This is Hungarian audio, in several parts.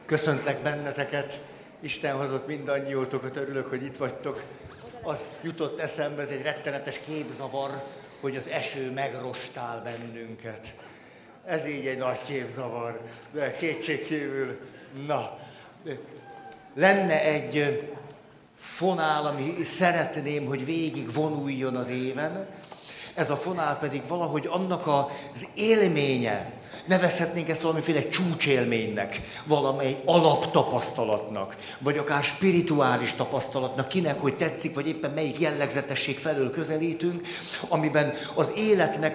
Köszöntlek benneteket, Isten hozott mindannyiótokat, örülök, hogy itt vagytok. Az jutott eszembe, ez egy rettenetes képzavar, hogy az eső megrostál bennünket. Ez így egy nagy képzavar, de kétségkívül, lenne egy fonál, ami szeretném, hogy végig vonuljon az éven. Ez a fonál pedig valahogy annak az élménye, nevezhetnénk ezt valamiféle csúcsélménynek, valamely alaptapasztalatnak, vagy akár spirituális tapasztalatnak, kinek hogy tetszik, vagy éppen melyik jellegzetesség felől közelítünk, amiben az életnek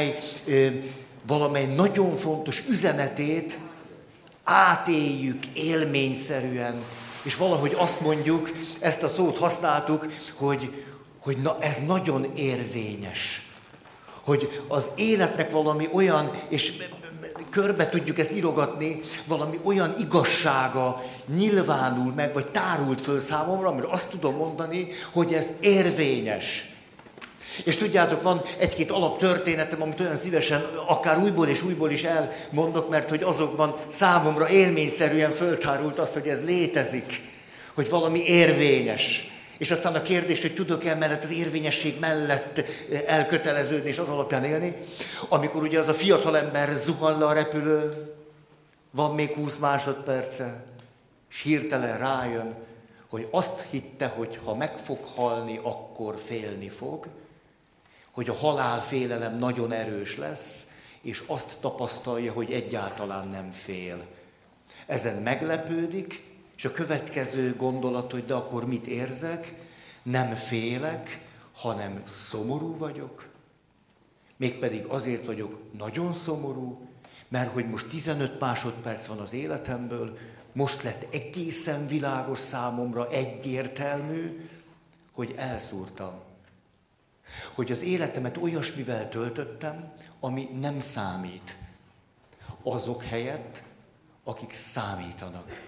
valamely nagyon fontos üzenetét átéljük élményszerűen, és valahogy azt mondjuk, ezt a szót használtuk, hogy ez nagyon érvényes. Hogy az életnek valami olyan, és körbe tudjuk ezt írogatni, valami olyan igazsága nyilvánul meg, vagy tárult föl számomra, amiről azt tudom mondani, hogy ez érvényes. És tudjátok, van egy-két alaptörténetem, amit olyan szívesen, akár újból és újból is elmondok, mert hogy azokban számomra élményszerűen föltárult az, hogy ez létezik, hogy valami érvényes. És aztán a kérdés, hogy tudok-e mellett az érvényesség mellett elköteleződni és az alapján élni. Amikor ugye az a fiatalember zuhan le a repülőn, van még 20 másodperce, és hirtelen rájön, hogy azt hitte, hogy ha meg fog halni, akkor félni fog, hogy a halálfélelem nagyon erős lesz, és azt tapasztalja, hogy egyáltalán nem fél. Ezen meglepődik, és a következő gondolat, hogy de akkor mit érzek? Nem félek, hanem szomorú vagyok. Mégpedig azért vagyok nagyon szomorú, mert hogy most 15 másodperc van az életemből, most lett egészen világos számomra, egyértelmű, hogy elszúrtam. Hogy az életemet olyasmivel töltöttem, ami nem számít. Azok helyett, akik számítanak.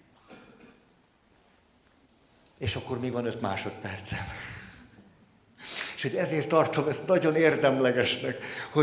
És akkor még van 5 másodpercem. És hogy ezért tartom ezt nagyon érdemlegesnek,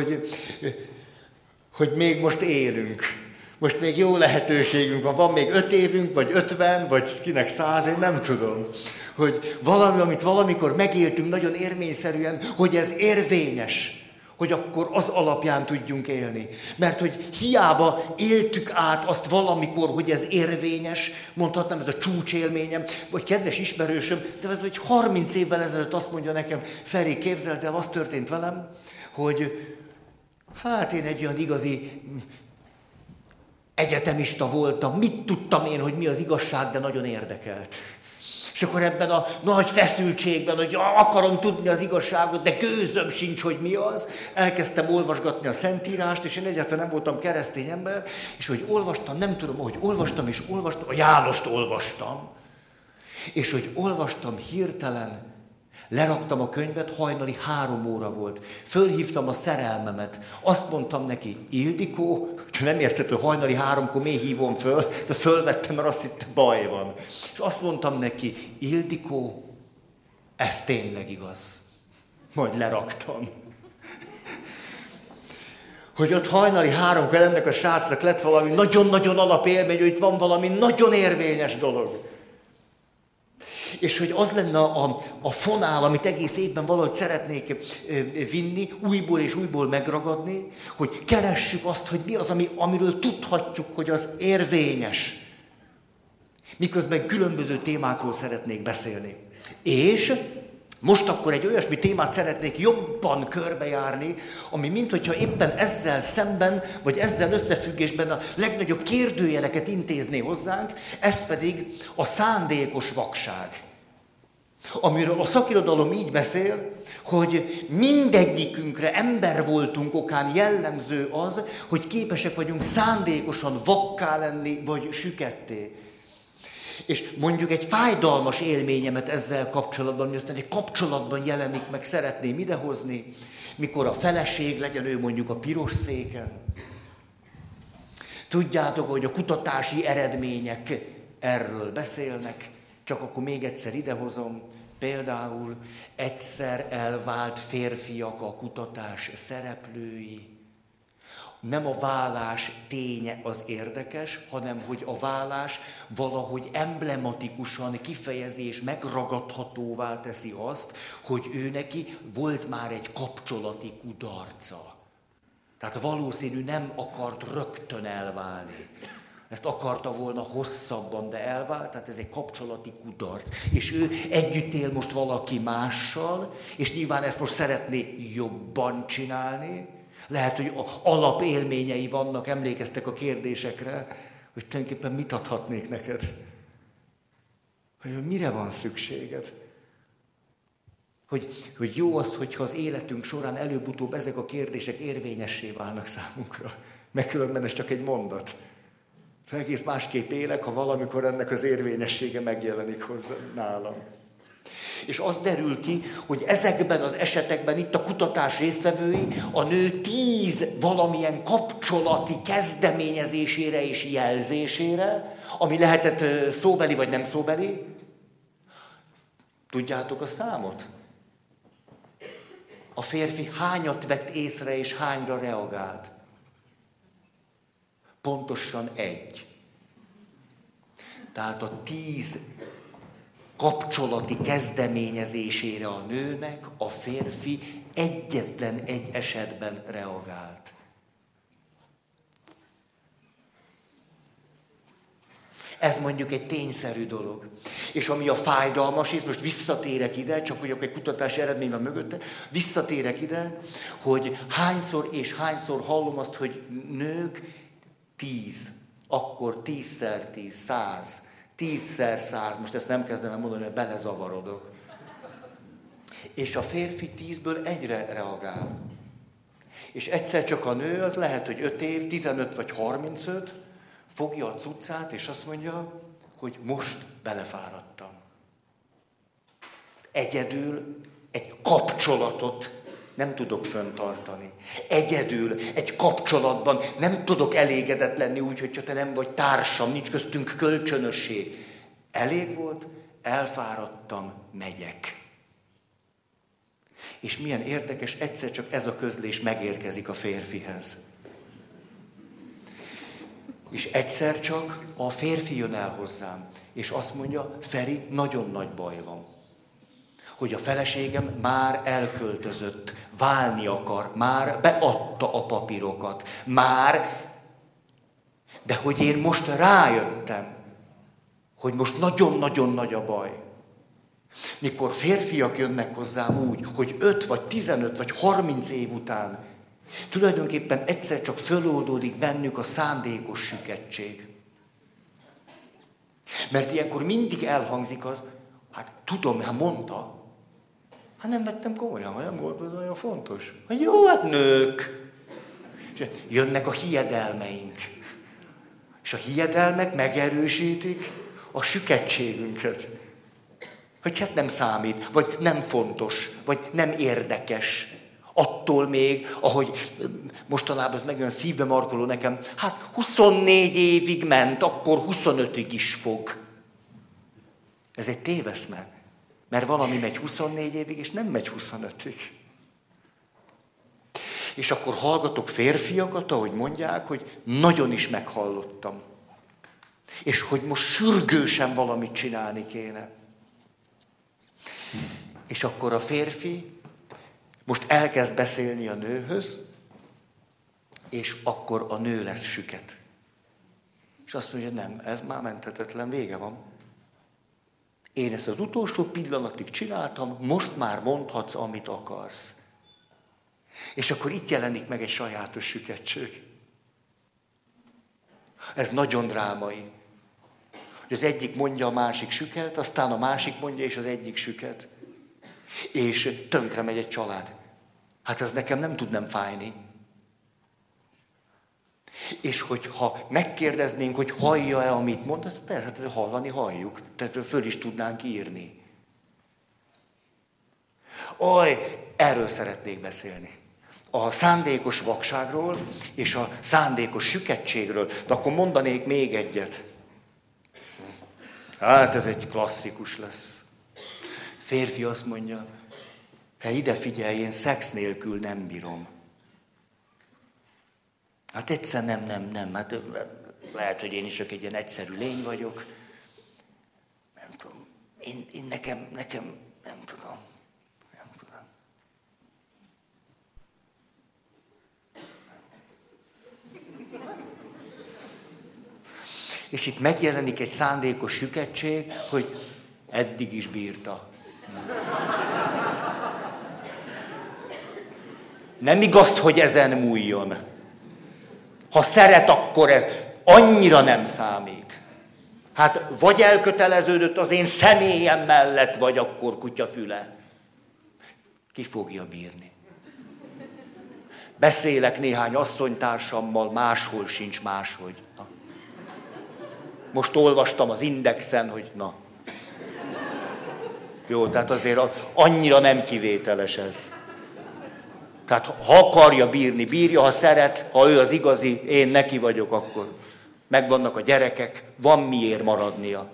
hogy még most élünk. Most még jó lehetőségünk van még 5 évünk, vagy 50, vagy kinek 100, én nem tudom. Hogy valami, amit valamikor megéltünk nagyon érvényszerűen, hogy ez érvényes. Hogy akkor az alapján tudjunk élni. Mert hogy hiába éltük át azt valamikor, hogy ez érvényes, mondhatnám, ez a csúcsélményem, vagy kedves ismerősöm, de ez vagy 30 évvel ezelőtt azt mondja nekem, Feri, képzeld el, az történt velem, hogy hát én egy olyan igazi egyetemista voltam, mit tudtam én, hogy mi az igazság, de nagyon érdekelt. És akkor ebben a nagy feszültségben, hogy akarom tudni az igazságot, de gőzöm sincs, hogy mi az, elkezdtem olvasgatni a Szentírást, és én egyáltalán nem voltam keresztény ember, és hogy olvastam, nem tudom, hogy olvastam, a Jánost olvastam, és hogy olvastam hirtelen, leraktam a könyvet, hajnali 3 óra volt. Fölhívtam a szerelmemet. Azt mondtam neki, Ildikó, nem érted, hogy hajnali 3-kor miért hívom föl, de fölvettem, mert azt hittem, baj van. És azt mondtam neki, Ildikó, ez tényleg igaz. Majd leraktam. Hogy ott hajnali 3-kor ennek a srácnak lett valami nagyon-nagyon alapélmény, hogy itt van valami nagyon érvényes dolog. És hogy az lenne a fonál, amit egész évben valahogy szeretnék vinni, újból és újból megragadni, hogy keressük azt, hogy mi az, amiről tudhatjuk, hogy az érvényes. Miközben különböző témákról szeretnék beszélni. És most akkor egy olyasmi témát szeretnék jobban körbejárni, ami minthogyha éppen ezzel szemben, vagy ezzel összefüggésben a legnagyobb kérdőjeleket intézné hozzánk, ez pedig a szándékos vakság. Amiről a szakirodalom így beszél, hogy mindegyikünkre ember voltunk okán jellemző az, hogy képesek vagyunk szándékosan vakká lenni, vagy süketté. És mondjuk egy fájdalmas élményemet ezzel kapcsolatban, ami aztán egy kapcsolatban jelenik meg, szeretném idehozni, mikor a feleség, legyen ő mondjuk a piros széken. Tudjátok, hogy a kutatási eredmények erről beszélnek, csak akkor még egyszer idehozom, például egyszer elvált férfiak a kutatás szereplői, nem a válás ténye az érdekes, hanem hogy a válás valahogy emblematikusan kifejezi és megragadhatóvá teszi azt, hogy ő neki volt már egy kapcsolati kudarca. Tehát valószínű nem akart rögtön elválni. Ezt akarta volna hosszabban, de elvált, tehát ez egy kapcsolati kudarc. És ő együtt él most valaki mással, és nyilván ezt most szeretné jobban csinálni. Lehet, hogy alapélményei vannak, emlékeztek a kérdésekre, hogy tulajdonképpen mit adhatnék neked? Hogy mire van szükséged? Hogy jó az, hogyha az életünk során előbb-utóbb ezek a kérdések érvényessé válnak számunkra. Mert különben ez csak egy mondat. Egész másképp élek, ha valamikor ennek az érvényessége megjelenik hozzá nálam. És az derül ki, hogy ezekben az esetekben itt a kutatás résztvevői a nő 10 valamilyen kapcsolati kezdeményezésére és jelzésére, ami lehetett szóbeli vagy nem szóbeli. Tudjátok a számot? A férfi hányat vett észre és hányra reagált? Pontosan 1. Tehát a 10 kapcsolati kezdeményezésére a nőnek a férfi egyetlen egy esetben reagált. Ez mondjuk egy tényszerű dolog. És ami a fájdalmas, és most visszatérek ide, csak hogy egy kutatási eredmény van mögötte, visszatérek ide, hogy hányszor és hányszor hallom azt, hogy nők 10, akkor 10x10, 100, 10x100, most ezt nem kezdem el mondani, mert belezavarodok. És a férfi 10-ből 1-re reagál. És egyszer csak a nő, az lehet, hogy 5 év, 15 vagy 35, fogja a cuccát, és azt mondja, hogy most belefáradtam. Egyedül egy kapcsolatot nem tudok fenntartani. Egyedül egy kapcsolatban nem tudok elégedett lenni úgy, hogyha te nem vagy társam, nincs köztünk kölcsönösség. Elég volt, elfáradtam, megyek. És milyen érdekes, egyszer csak ez a közlés megérkezik a férfihez. És egyszer csak a férfi jön el hozzám, és azt mondja, Feri, nagyon nagy baj van. Hogy a feleségem már elköltözött, válni akar, már beadta a papírokat, de hogy én most rájöttem, hogy most nagyon-nagyon nagy a baj. Mikor férfiak jönnek hozzám úgy, hogy 5 vagy 15 vagy 30 év után tulajdonképpen egyszer csak föloldódik bennük a szándékos sükettség. Mert ilyenkor mindig elhangzik az, hát tudom, hát mondta, hát nem vettem komolyan, nem volt az olyan fontos. Hát jó, hát nők. És jönnek a hiedelmeink. És a hiedelmek megerősítik a süketségünket. Hogy hát nem számít, vagy nem fontos, vagy nem érdekes. Attól még, ahogy mostanában ez megint szívbe markoló nekem, hát 24 évig ment, akkor 25-ig is fog. Ez egy téveszme. Mert valami megy 24 évig, és nem megy 25-ig. És akkor hallgatok férfiakat, ahogy mondják, hogy nagyon is meghallottam. És hogy most sürgősen valamit csinálni kéne. És akkor a férfi most elkezd beszélni a nőhöz, és akkor a nő lesz süket. És azt mondja, nem, ez már menthetetlen, vége van. Én ezt az utolsó pillanatig csináltam, most már mondhatsz, amit akarsz. És akkor itt jelenik meg egy sajátos süketség. Ez nagyon drámai. Hogy az egyik mondja, a másik süket, aztán a másik mondja, és az egyik süket. És tönkre megy egy család. Hát ez nekem nem tud nem fájni. És hogyha megkérdeznénk, hogy hallja-e, amit mond, azt persze, hát hallani halljuk. Tehát föl is tudnánk írni. Erről szeretnék beszélni. A szándékos vakságról és a szándékos süketségről. De akkor mondanék még egyet. Hát ez egy klasszikus lesz. Férfi azt mondja, ide figyelj, én szex nélkül nem bírom. Hát egyszer nem. Hát lehet, hogy én is csak egy ilyen egyszerű lény vagyok. Nem tudom. Én nekem nem tudom. És itt megjelenik egy szándékos süketség, hogy eddig is bírta. Nem igaz, hogy ezen múljon. Ha szeret, akkor ez annyira nem számít. Hát vagy elköteleződött az én személyem mellett, vagy akkor kutyafüle. Ki fogja bírni? Beszélek néhány asszonytársammal, máshol sincs máshogy. Na. Most olvastam az Indexen, hogy na. Jó, tehát azért annyira nem kivételes ez. Tehát ha akarja bírni, bírja, ha szeret, ha ő az igazi, én neki vagyok, akkor megvannak a gyerekek, van miért maradnia.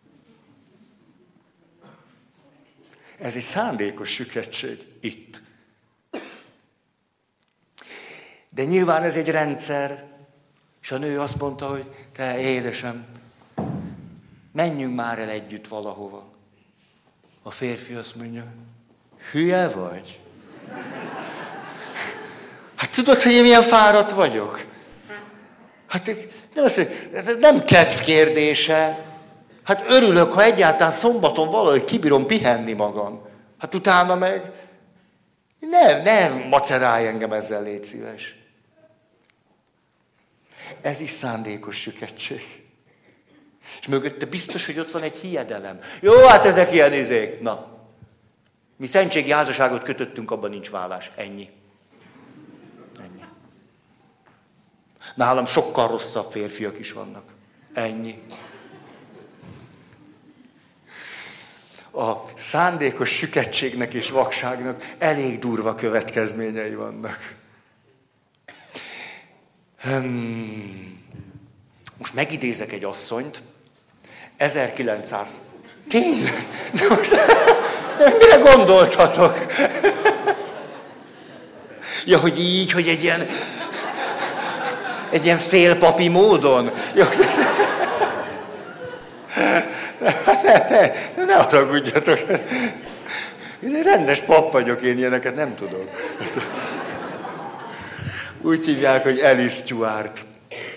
Ez egy szándékos süketség itt. De nyilván ez egy rendszer, és a nő azt mondta, hogy te édesem, menjünk már el együtt valahova. A férfi azt mondja, hülye vagy? Hát tudod, hogy én milyen fáradt vagyok? Hát ez nem kedv kérdése. Hát örülök, ha egyáltalán szombaton valahogy kibírom pihenni magam. Hát utána meg nem macerálj engem ezzel, légy szíves. Ez is szándékos süketség. És mögötte biztos, hogy ott van egy hiedelem. Jó, hát ezek ilyen izék. Na, mi szentségi házasságot kötöttünk, abban nincs vállás. Ennyi. Nálam sokkal rosszabb férfiak is vannak. Ennyi. A szándékos süketségnek és vakságnak elég durva következményei vannak. Most megidézek egy asszonyt. 1900. Tényleg? De most mire gondoltatok? Ja, hogy így, hogy egy ilyen félpapi módon. Ja, ne haragudjatok. Én egy rendes pap vagyok, én ilyeneket nem tudok. Úgy hívják, hogy Alice Stuart.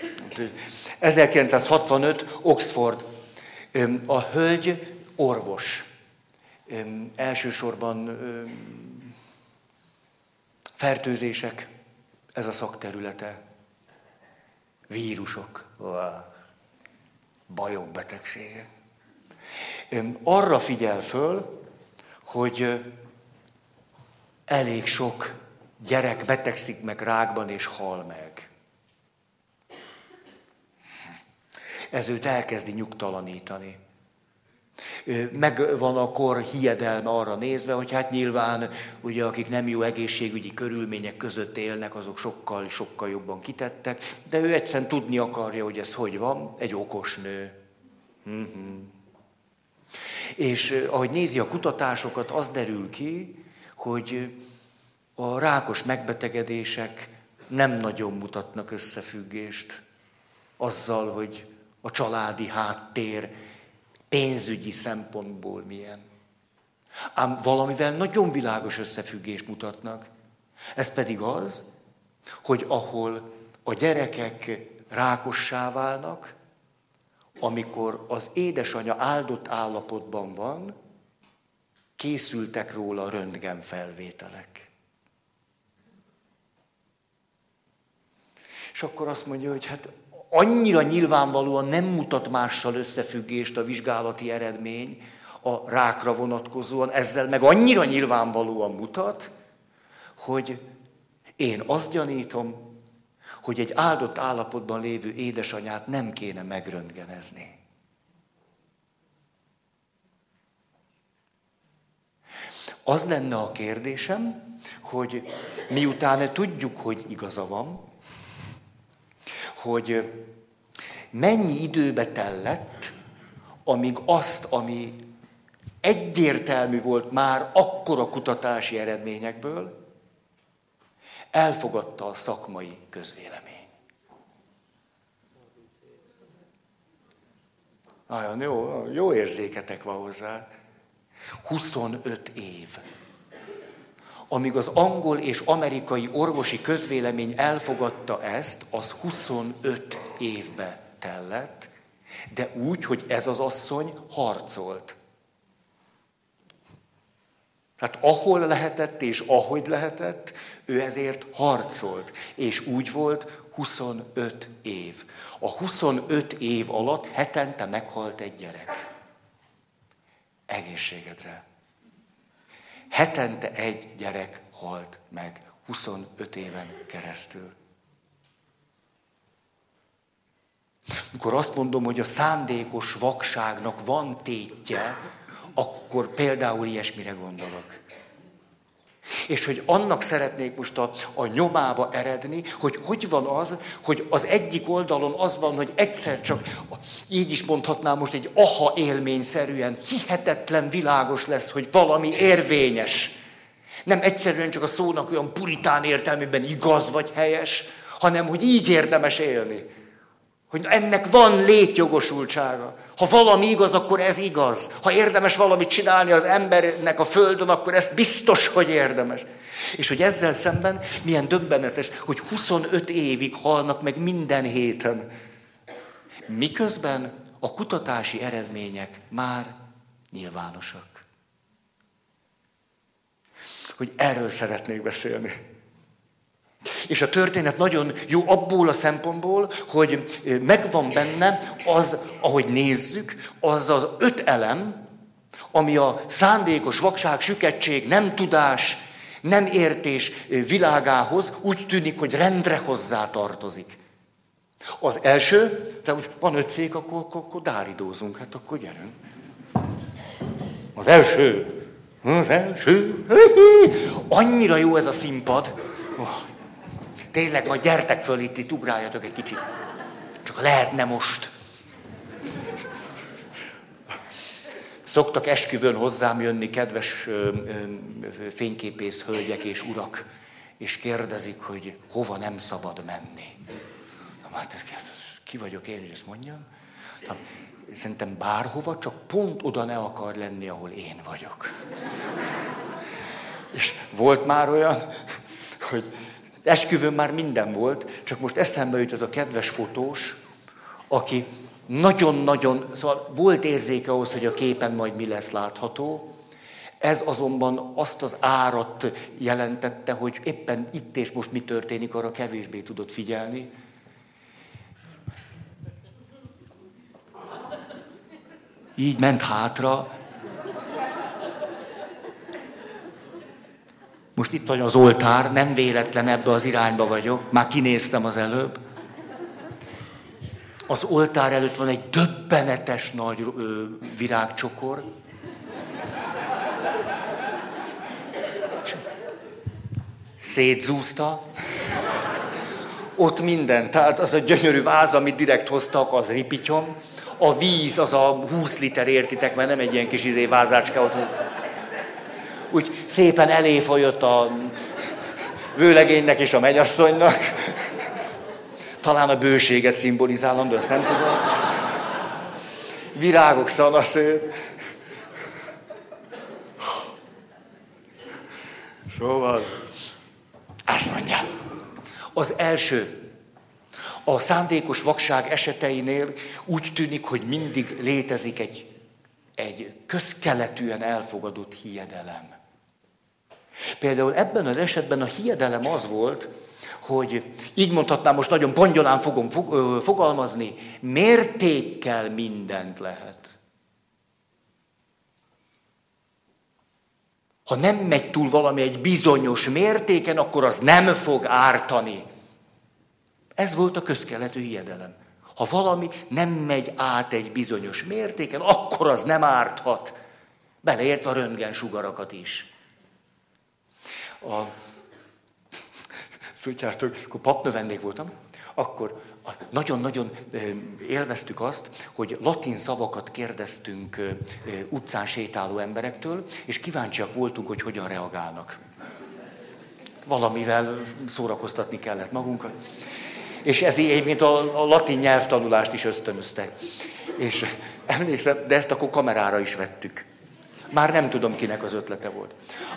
1965, Oxford. A hölgy orvos. Elsősorban fertőzések, ez a szakterülete. Vírusok, bajok, betegségek. Arra figyel föl, hogy elég sok gyerek betegszik meg rákban és hal meg. Ez őt elkezdi nyugtalanítani. Megvan a kor hiedelme arra nézve, hogy hát nyilván, ugye, akik nem jó egészségügyi körülmények között élnek, azok sokkal jobban kitettek, de ő egyszerűen tudni akarja, hogy ez hogy van, egy okos nő. És ahogy nézi a kutatásokat, az derül ki, hogy a rákos megbetegedések nem nagyon mutatnak összefüggést azzal, hogy a családi háttér pénzügyi szempontból milyen. Ám valamivel nagyon világos összefüggést mutatnak. Ez pedig az, hogy ahol a gyerekek rákossá válnak, amikor az édesanya áldott állapotban van, készültek róla röntgenfelvételek. És akkor azt mondja, hogy hát annyira nyilvánvalóan nem mutat mással összefüggést a vizsgálati eredmény a rákra vonatkozóan, ezzel meg annyira nyilvánvalóan mutat, hogy én azt gyanítom, hogy egy áldott állapotban lévő édesanyát nem kéne megröntgenezni. Az lenne a kérdésem, hogy miután tudjuk, hogy igaza van, hogy mennyi időbe tellett, amíg azt, ami egyértelmű volt már akkor a kutatási eredményekből, elfogadta a szakmai közvélemény. Nagyon jó érzéketek van hozzá. 25 év. Amíg az angol és amerikai orvosi közvélemény elfogadta ezt, az 25 évbe tellett, de úgy, hogy ez az asszony harcolt. Hát ahol lehetett és ahogy lehetett, ő ezért harcolt. És úgy volt 25 év. A 25 év alatt hetente meghalt egy gyerek. Egészségedre. Hetente egy gyerek halt meg 25 éven keresztül. Mikor azt mondom, hogy a szándékos vakságnak van tétje, akkor például ilyesmire gondolok. És hogy annak szeretnék most a nyomába eredni, hogy van az, hogy az egyik oldalon az van, hogy egyszer csak, így is mondhatnám most egy aha élményszerűen, hihetetlen világos lesz, hogy valami érvényes. Nem egyszerűen csak a szónak olyan puritán értelmében igaz vagy helyes, hanem hogy így érdemes élni. Hogy ennek van létjogosultsága. Ha valami igaz, akkor ez igaz. Ha érdemes valamit csinálni az embernek a földön, akkor ezt biztos, hogy érdemes. És hogy ezzel szemben milyen döbbenetes, hogy 25 évig halnak meg minden héten. Miközben a kutatási eredmények már nyilvánosak. Hogy erről szeretnék beszélni. És a történet nagyon jó abból a szempontból, hogy megvan benne az, ahogy nézzük, az az 5 elem, ami a szándékos vakság, sükettség, nem tudás, nem értés világához úgy tűnik, hogy rendre hozzá tartozik. Az első, tehát van 5 cég, akkor dáridózunk, hát akkor gyerünk. Az első. Annyira jó ez a színpad. Tényleg, majd gyertek föl itt ugráljatok egy kicsit. Csak lehetne most. Szoktak esküvőn hozzám jönni kedves fényképész hölgyek és urak, és kérdezik, hogy hova nem szabad menni. Hát ki vagyok én, hogy ezt mondjam? Szerintem bárhova, csak pont oda ne akar lenni, ahol én vagyok. És volt már olyan, hogy esküvőn már minden volt, csak most eszembe jut ez a kedves fotós, aki nagyon-nagyon, szóval volt érzéke ahhoz, hogy a képen majd mi lesz látható. Ez azonban azt az árat jelentette, hogy éppen itt és most mi történik, arra kevésbé tudott figyelni. Így ment hátra. Most itt van az oltár, nem véletlen ebbe az irányba vagyok, már kinéztem az előbb. Az oltár előtt van egy döbbenetes nagy virágcsokor. Szétzúzta. Ott minden, tehát az a gyönyörű váz, amit direkt hoztak, az ripityom. A víz, az a 20 liter, értitek, mert nem egy ilyen kis vázácska ott. Úgy szépen elé folyott a vőlegénynek és a mennyasszonynak. Talán a bőséget szimbolizálom, de azt nem tudom. Virágok szanaszét. Szóval, azt mondja. Az első, a szándékos vakság eseteinél úgy tűnik, hogy mindig létezik egy közkeletűen elfogadott hiedelem. Például ebben az esetben a hiedelem az volt, hogy így mondhatnám, most nagyon pongyolán fogom fogalmazni, mértékkel mindent lehet. Ha nem megy túl valami egy bizonyos mértéken, akkor az nem fog ártani. Ez volt a közkeletű hiedelem. Ha valami nem megy át egy bizonyos mértéken, akkor az nem árthat. Beleértve a röntgensugarakat is. Tudjátok, akkor papnövendék voltam, akkor nagyon-nagyon élveztük azt, hogy latin szavakat kérdeztünk utcán sétáló emberektől, és kíváncsiak voltunk, hogy hogyan reagálnak. Valamivel szórakoztatni kellett magunkat. És ez így, mint a latin nyelvtanulást is ösztönözte. És emlékszem, de ezt akkor kamerára is vettük. Már nem tudom, kinek az ötlete volt.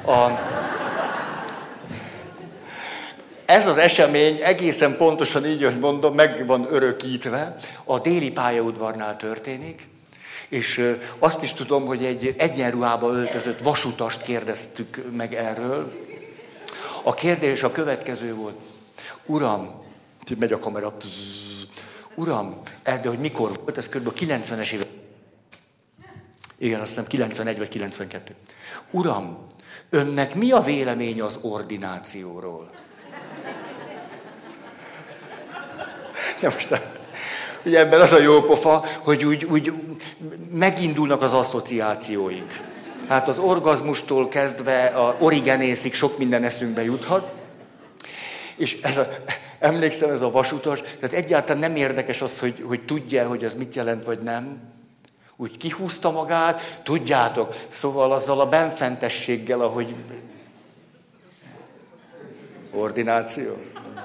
Ez az esemény egészen pontosan így, hogy mondom, meg van örökítve, a Déli pályaudvarnál történik, és azt is tudom, hogy egy egyenruhába öltözött vasutast kérdeztük meg erről. A kérdés a következő volt. Uram, megy a kamera, uram, de hogy mikor volt, ez kb. 90-es évek. Igen, azt hiszem 91 vagy 92. Uram, önnek mi a vélemény az ordinációról? Ja, most ugye ebben az a jó pofa, hogy úgy megindulnak az asszociációink. Hát az orgazmustól kezdve a origenészig sok minden eszünkbe juthat. És emlékszem, ez a vasutas, tehát egyáltalán nem érdekes az, hogy tudja, hogy ez mit jelent, vagy nem. Úgy kihúzta magát, tudjátok, szóval azzal a benfentességgel, ahogy... Ordináció.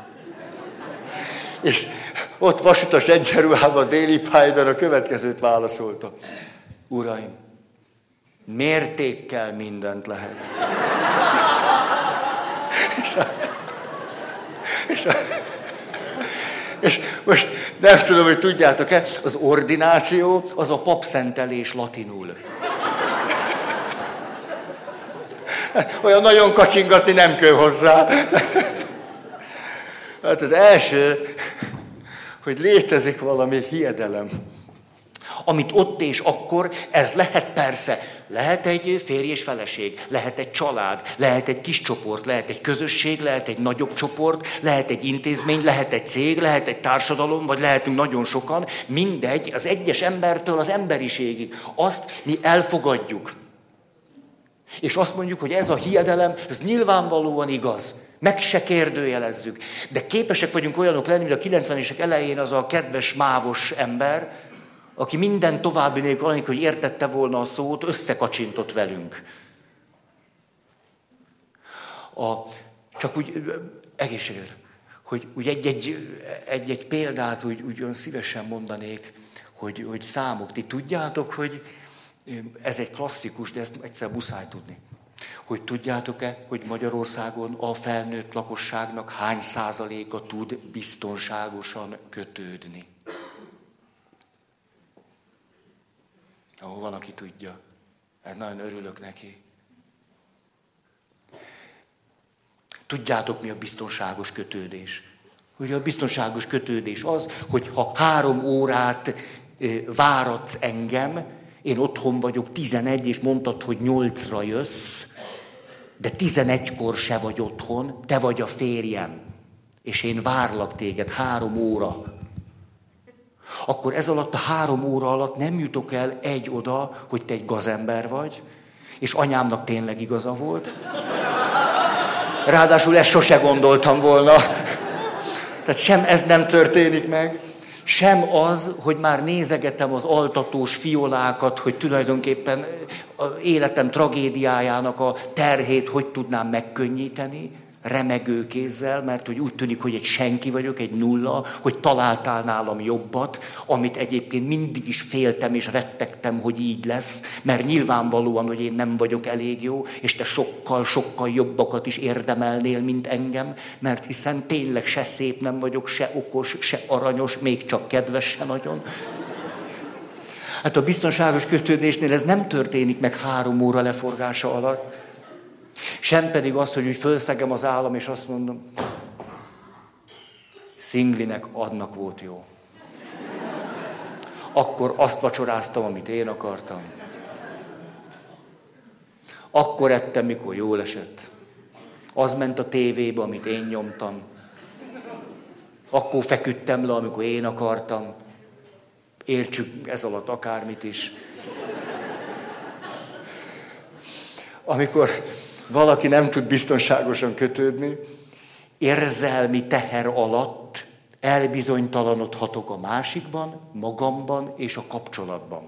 És ott vasutas egyenruhában Déli pályán a következőt válaszolta. Uraim, mértékkel mindent lehet. És most nem tudom, hogy tudjátok-e, az ordináció az a papszentelés latinul. Olyan nagyon kacsingatni nem kell hozzá. Hát az első, hogy létezik valami hiedelem, amit ott és akkor, ez lehet persze, lehet egy férj és feleség, lehet egy család, lehet egy kis csoport, lehet egy közösség, lehet egy nagyobb csoport, lehet egy intézmény, lehet egy cég, lehet egy társadalom, vagy lehetünk nagyon sokan, mindegy, az egyes embertől az emberiségig. Azt mi elfogadjuk. És azt mondjuk, hogy ez a hiedelem, ez nyilvánvalóan igaz. Meg se kérdőjelezzük. De képesek vagyunk olyanok lenni, mint a 90-esek elején az a kedves mávos ember, aki minden további nélkül, anélkül, hogy értette volna a szót, összekacsintott velünk. Csak úgy egészségedre, hogy úgy egy példát úgy olyan szívesen mondanék, hogy számok. Ti tudjátok, hogy ez egy klasszikus, de ezt egyszer muszáj tudni. Hogy tudjátok-e, hogy Magyarországon a felnőtt lakosságnak hány százaléka tud biztonságosan kötődni? Ahol van, aki tudja. Hát nagyon örülök neki. Tudjátok, mi a biztonságos kötődés? Hogy a biztonságos kötődés az, hogy ha 3 órát váratsz engem, én otthon vagyok 11, és mondtad, hogy 8-ra jössz, de 11-kor se vagy otthon, te vagy a férjem, és én várlak téged 3 óra. Akkor ez alatt a 3 óra alatt nem jutok el oda, hogy te egy gazember vagy, és anyámnak tényleg igaza volt. Ráadásul ezt sose gondoltam volna. Tehát sem ez nem történik meg, sem az, hogy már nézegetem az altatós fiolákat, hogy tulajdonképpen az életem tragédiájának a terhét hogy tudnám megkönnyíteni, remegő kézzel, mert hogy úgy tűnik, hogy egy senki vagyok, egy nulla, hogy találtál nálam jobbat, amit egyébként mindig is féltem és rettegtem, hogy így lesz, mert nyilvánvalóan, hogy én nem vagyok elég jó, és te sokkal jobbakat is érdemelnél, mint engem, mert hiszen tényleg se szép nem vagyok, se okos, se aranyos, még csak kedves se nagyon. Hát a biztonságos kötődésnél ez nem történik meg 3 óra leforgása alatt. Sem pedig az, hogy úgy fölszegem az állam, és azt mondom, szinglinek adnak volt jó. Akkor azt vacsoráztam, amit én akartam. Akkor ettem, mikor jól esett. Az ment a tévébe, amit én nyomtam. Akkor feküdtem le, amikor én akartam. Értsük ez alatt akármit is. Amikor valaki nem tud biztonságosan kötődni, érzelmi teher alatt elbizonytalanodhatok a másikban, magamban és a kapcsolatban.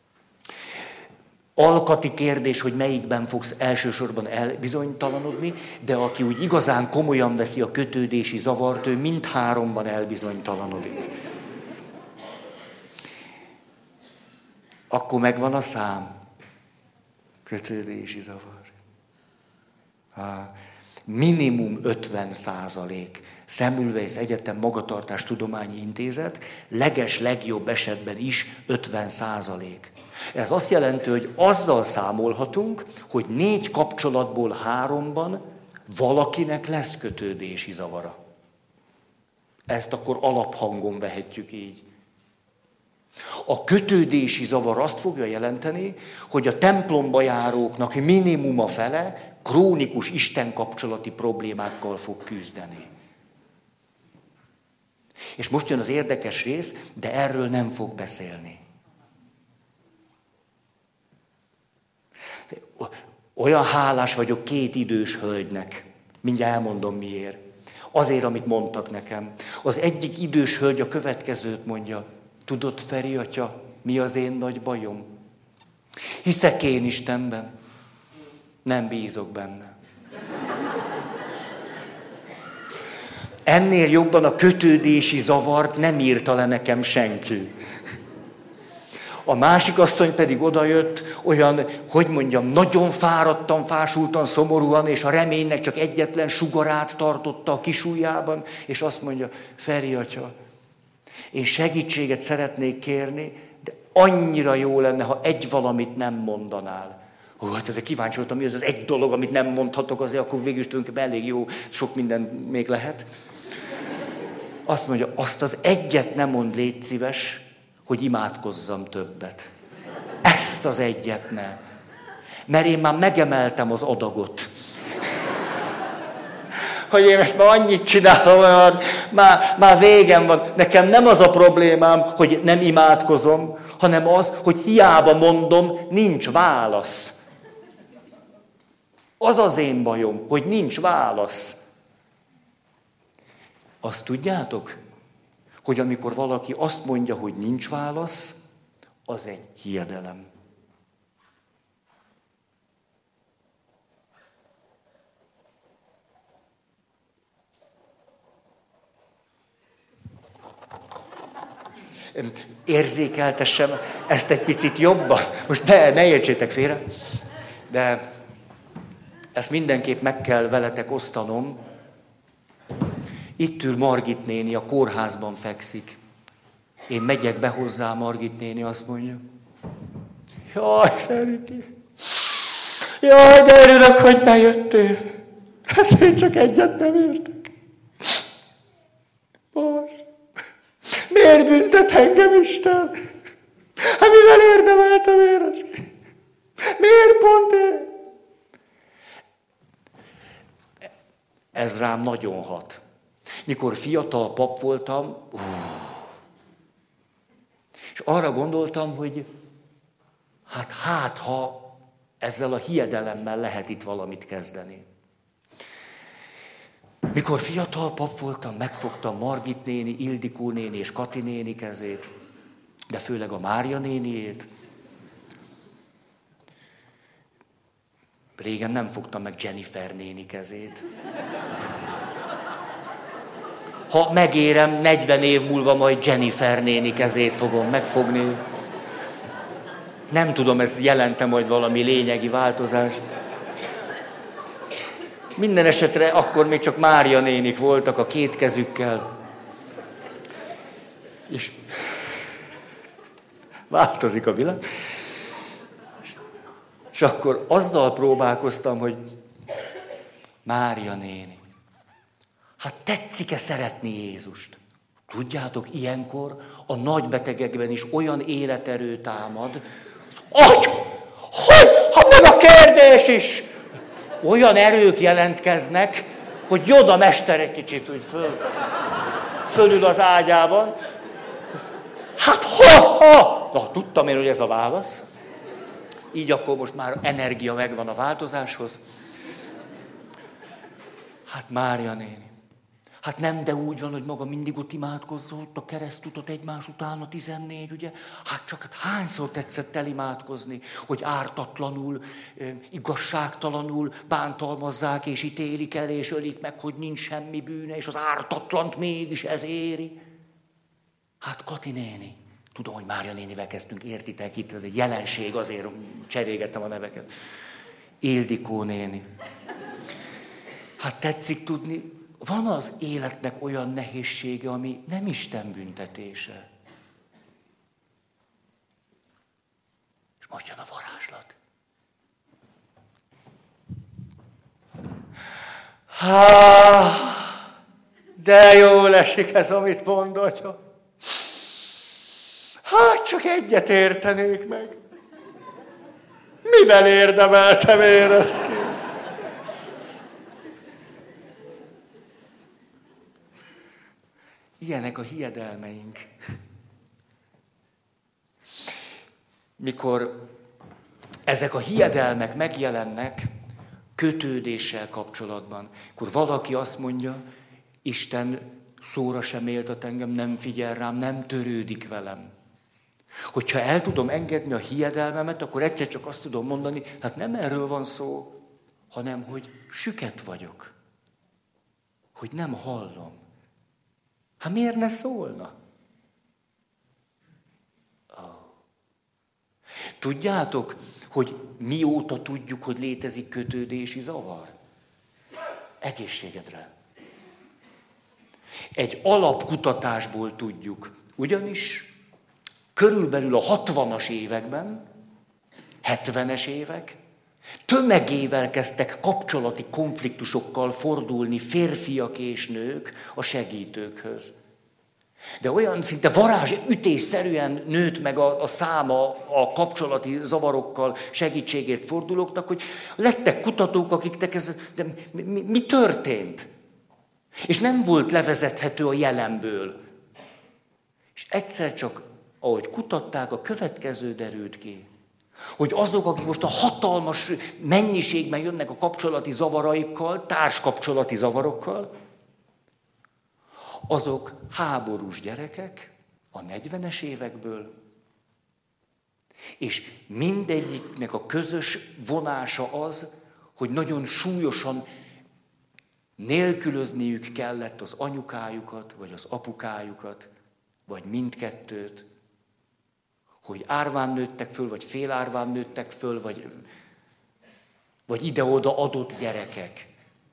Alkati kérdés, hogy melyikben fogsz elsősorban elbizonytalanodni, de aki úgy igazán komolyan veszi a kötődési zavart, ő mindháromban elbizonytalanodik. Akkor megvan a szám. Kötődési zavar. Minimum 50%. Semmelweis Egyetem Magatartás Tudományi Intézet, legjobb esetben is 50%. Ez azt jelenti, hogy azzal számolhatunk, hogy 4 kapcsolatból 3-ban valakinek lesz kötődési zavara. Ezt akkor alaphangon vehetjük így. A kötődési zavar azt fogja jelenteni, hogy a templomba járóknak minimum a fele krónikus istenkapcsolati problémákkal fog küzdeni. És most jön az érdekes rész, de erről nem fog beszélni. Olyan hálás vagyok 2 idős hölgynek. Mindjárt elmondom miért. Azért, amit mondtak nekem. Az egyik idős hölgy a következőt mondja. Tudod, Feri atya, mi az én nagy bajom? Hiszek én Istenben. Nem bízok benne. Ennél jobban a kötődési zavart nem írta le nekem senki. A másik asszony pedig odajött, olyan, hogy mondjam, nagyon fáradtan, fásultan, szomorúan, és a reménynek csak egyetlen sugarát tartotta a kisujjában, és azt mondja, Feri atya, én segítséget szeretnék kérni, de annyira jó lenne, ha egy valamit nem mondanál. Hát ezzel kíváncsi voltam, mi az egy dolog, amit nem mondhatok, azért akkor végül is tulajdonképpen elég jó, sok minden még lehet. Azt mondja, azt az egyet nem mond, légy szíves, hogy imádkozzam többet. Ezt az egyet ne. Mert én már megemeltem az adagot. Hogy én ezt már annyit csinálom, hogy már végem van. Nekem nem az a problémám, hogy nem imádkozom, hanem az, hogy hiába mondom, nincs válasz. Az az én bajom, hogy nincs válasz. Azt tudjátok, hogy amikor valaki azt mondja, hogy nincs válasz, az egy hiedelem. Érzékeltessem ezt egy picit jobban. Most ne értsétek félre, de ezt mindenképp meg kell veletek osztanom. Itt ül Margit néni, a kórházban fekszik. Én megyek be hozzá, Margit néni azt mondja. Jaj, Feriki! Jaj, de örülök, hogy bejöttél. Hát én csak egyet nem értek. Basz! Miért büntet engem Isten? Hát mivel érdemeltem én ezt? Miért pont én? Ez rám nagyon hat. Mikor fiatal pap voltam, és arra gondoltam, hogy hát ha ezzel a hiedelemmel lehet itt valamit kezdeni. Mikor fiatal pap voltam, megfogtam Margit néni, Ildikó néni és Kati néni kezét, de főleg a Mária néniét. Régen nem fogtam meg Jennifer néni kezét. Ha megérem, 40 év múlva majd Jennifer néni kezét fogom megfogni. Nem tudom, ez jelente majd valami lényegi változást. Minden esetre akkor még csak Mária nénik voltak a 2 kezükkel. És változik a világ. És akkor azzal próbálkoztam, hogy Mária néni, hát tetszik-e szeretni Jézust? Tudjátok, ilyenkor a nagy betegekben is olyan életerő támad, hogy ha meg a kérdés is! Olyan erők jelentkeznek, hogy Joda mester egy kicsit úgy fölül az ágyában. Hát ha! Na, tudtam én, hogy ez a válasz. Így akkor most már energia megvan a változáshoz. Hát Mária néni. Hát nem, de úgy van, hogy maga mindig ott imádkozott, a keresztutat egymás után a 14, ugye? Hát csak hányszor tetszett elimádkozni, hogy ártatlanul, igazságtalanul bántalmazzák és ítélik el és ölik meg, hogy nincs semmi bűne, és az ártatlant mégis ez éri. Hát Kati néni, Tudom, hogy Mária nénivel kezdtünk, értitek, itt ez egy jelenség, azért cserélgettem a neveket. Ildikó néni. Hát tetszik tudni, van az életnek olyan nehézsége, ami nem Isten büntetése. És most jön a varázslat. De jól esik ez, amit mond, Atya. Hát csak egyet értenék meg. Mivel érdemeltem én ezt ki? Ilyenek a hiedelmeink. Mikor ezek a hiedelmek megjelennek kötődéssel kapcsolatban, akkor valaki azt mondja, Isten szóra sem méltat engem, nem figyel rám, nem törődik velem. Hogyha el tudom engedni a hiedelmemet, akkor egyszer csak azt tudom mondani, hát nem erről van szó, hanem hogy süket vagyok. Hogy nem hallom. Hát miért ne szólna? Tudjátok, hogy mióta tudjuk, hogy létezik kötődési zavar? Egészségedre. Egy alapkutatásból tudjuk. Ugyanis körülbelül a 60-as években, 70-es évek, tömegével kezdtek kapcsolati konfliktusokkal fordulni férfiak és nők a segítőkhöz. De olyan szinte varázsütésszerűen nőtt meg a száma a kapcsolati zavarokkal segítségért fordulóknak, hogy lettek kutatók, akiknek ez... De mi történt? És nem volt levezethető a jelenből. És egyszer csak, ahogy kutatták, a következő derült ki. Hogy azok, akik most a hatalmas mennyiségben jönnek a kapcsolati zavaraikkal, társkapcsolati zavarokkal, azok háborús gyerekek a 40-es évekből, és mindegyiknek a közös vonása az, hogy nagyon súlyosan nélkülözniük kellett az anyukájukat, vagy az apukájukat, vagy mindkettőt, hogy árván nőttek föl, vagy félárván nőttek föl, vagy ide-oda adott gyerekek.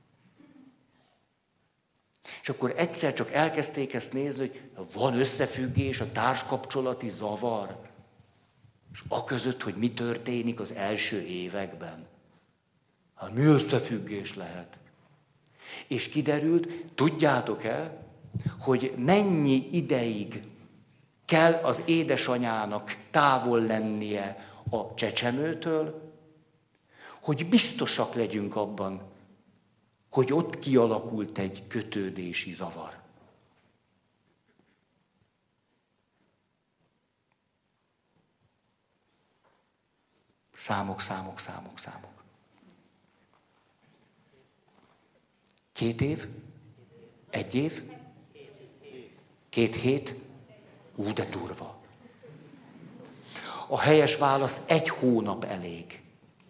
És akkor egyszer csak elkezdték ezt nézni, hogy van összefüggés a társkapcsolati zavar, és aközött, hogy mi történik az első években. Hát mi összefüggés lehet? És kiderült, tudjátok-e, hogy mennyi ideig kell az édesanyának távol lennie a csecsemőtől, hogy biztosak legyünk abban, hogy ott kialakult egy kötődési zavar. Számok. 2 év? 1 év? 2 hét? De durva. A helyes válasz 1 hónap elég.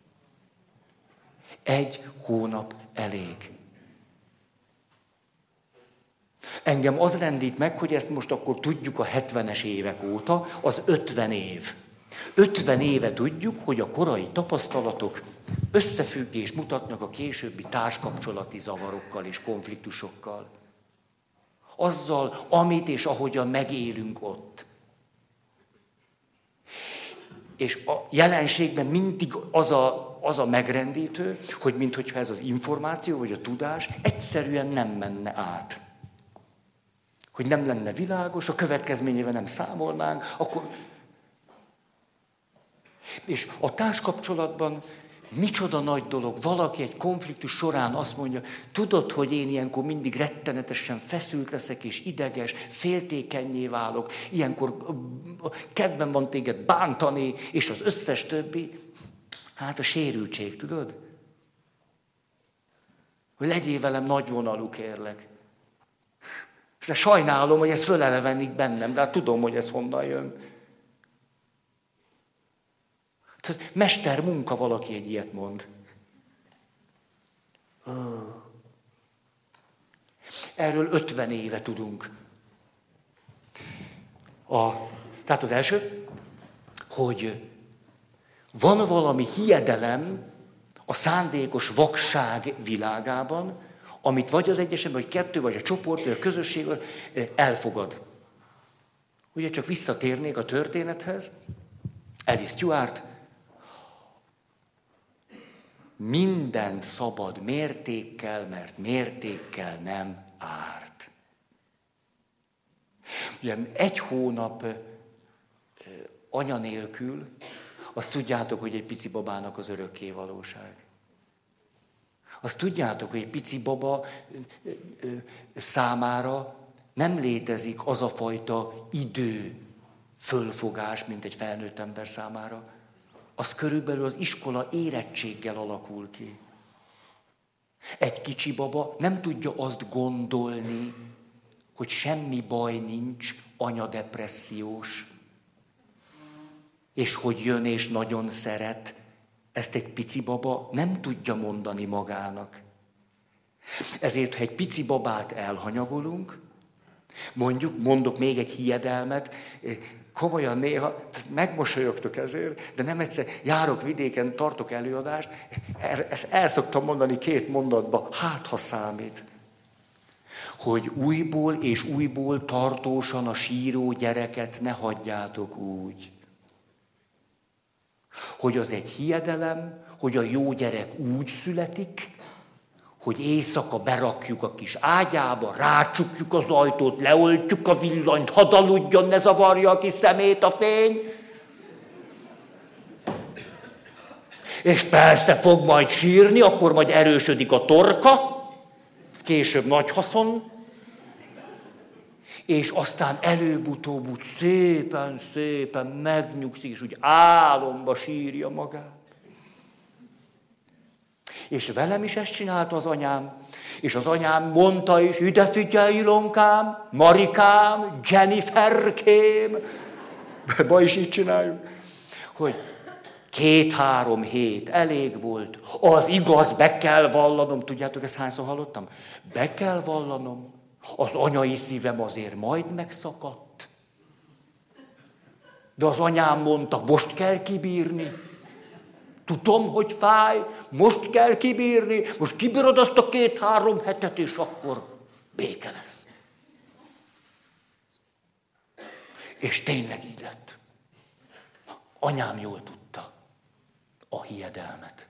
1 hónap elég. Engem az rendít meg, hogy ezt most akkor tudjuk a 70-es évek óta, az 50 év. 50 éve tudjuk, hogy a korai tapasztalatok összefüggést mutatnak a későbbi társkapcsolati zavarokkal és konfliktusokkal. Azzal, amit és ahogyan megélünk ott. És a jelenségben mindig az a megrendítő, hogy minthogyha ez az információ vagy a tudás egyszerűen nem menne át. Hogy nem lenne világos, a következményével nem számolnánk, akkor... És a társkapcsolatban micsoda nagy dolog, valaki egy konfliktus során azt mondja, tudod, hogy én ilyenkor mindig rettenetesen feszült leszek és ideges, féltékennyé válok, ilyenkor kedvem van téged bántani, és az összes többi. Hát a sérültség, tudod? Hogy legyél velem nagyvonalú, kérlek. De sajnálom, hogy ez fölelevenik bennem, de hát tudom, hogy ez honnan jön. Tehát mester munka, valaki egy ilyet mond. Erről 50 éve tudunk. Tehát az első, hogy van valami hiedelem a szándékos vakság világában, amit vagy az egyesemben, vagy kettő, vagy a csoport, vagy a közösség elfogad. Ugye csak visszatérnék a történethez, Alice Stuart, mindent szabad mértékkel, mert mértékkel nem árt. Ugye 1 hónap anya nélkül, azt tudjátok, hogy egy pici babának az örökké valóság. Azt tudjátok, hogy egy pici baba számára nem létezik az a fajta idő fölfogás, mint egy felnőtt ember számára. Az körülbelül az iskola érettséggel alakul ki. Egy kicsi baba nem tudja azt gondolni, hogy semmi baj nincs, anya depressziós, és hogy jön és nagyon szeret. Ezt egy pici baba nem tudja mondani magának. Ezért, ha egy pici babát elhanyagolunk, mondok még egy hiedelmet, komolyan néha, megmosolyogtok ezért, de nem egyszer járok vidéken, tartok előadást, ezt el szoktam mondani 2 mondatba, hát ha számít. Hogy újból és újból tartósan a síró gyereket ne hagyjátok úgy. Hogy az egy hiedelem, hogy a jó gyerek úgy születik, hogy éjszaka berakjuk a kis ágyába, rácsukjuk az ajtót, leoltjuk a villanyt, hadd aludjon, ne zavarja a kis szemét a fény. És persze fog majd sírni, akkor majd erősödik a torka, később nagy haszon, és aztán előbb-utóbb úgy szépen megnyugszik, és úgy álomba sírja magát. És velem is ezt csinálta az anyám. És az anyám mondta is, ide figyelj, Ilonkám, Marikám, Jenniferkém. Ma is így csináljuk. Hogy 2-3 hét elég volt. Az igaz, be kell vallanom. Tudjátok, ezt hányszor hallottam? Be kell vallanom. Az anyai szívem azért majd megszakadt. De az anyám mondta, most kell kibírni. Tudom, hogy fáj, most kell kibírni, most kibírod azt a 2-3 hetet, és akkor béke lesz. És tényleg így lett. Anyám jól tudta a hiedelmet.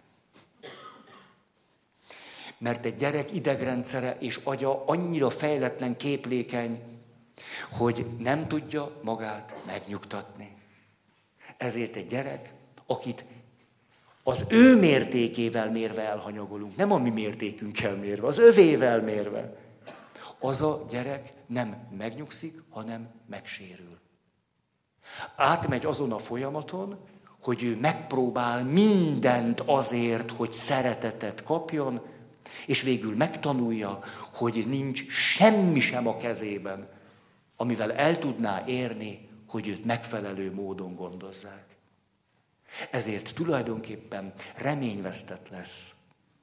Mert egy gyerek idegrendszere és agya annyira fejletlen, képlékeny, hogy nem tudja magát megnyugtatni. Ezért egy gyerek, akit az ő mértékével mérve elhanyagolunk, nem a mi mértékünkkel mérve, az övével mérve, az a gyerek nem megnyugszik, hanem megsérül. Átmegy azon a folyamaton, hogy ő megpróbál mindent azért, hogy szeretetet kapjon, és végül megtanulja, hogy nincs semmi sem a kezében, amivel el tudná érni, hogy őt megfelelő módon gondozzák. Ezért tulajdonképpen reményvesztett lesz.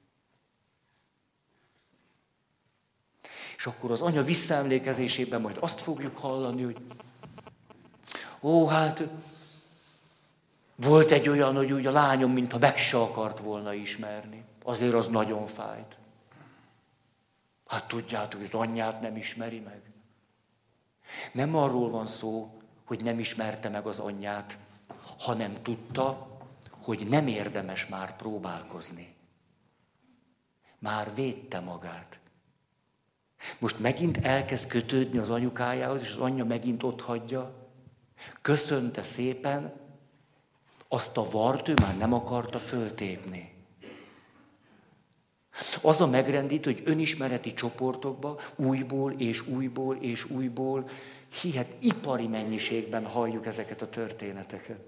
És akkor az anya visszaemlékezésében majd azt fogjuk hallani, hogy hát volt egy olyan, hogy úgy a lányom, mintha meg se akart volna ismerni. Azért az nagyon fájt. Hát tudjátok, az anyját nem ismeri meg. Nem arról van szó, hogy nem ismerte meg az anyját, hanem tudta, hogy nem érdemes már próbálkozni. Már védte magát. Most megint elkezd kötődni az anyukájához, és az anyja megint otthagyja. Köszönte szépen, azt a vart ő már nem akarta föltépni. Az a megrendítő, hogy önismereti csoportokba újból és újból és újból ipari mennyiségben halljuk ezeket a történeteket.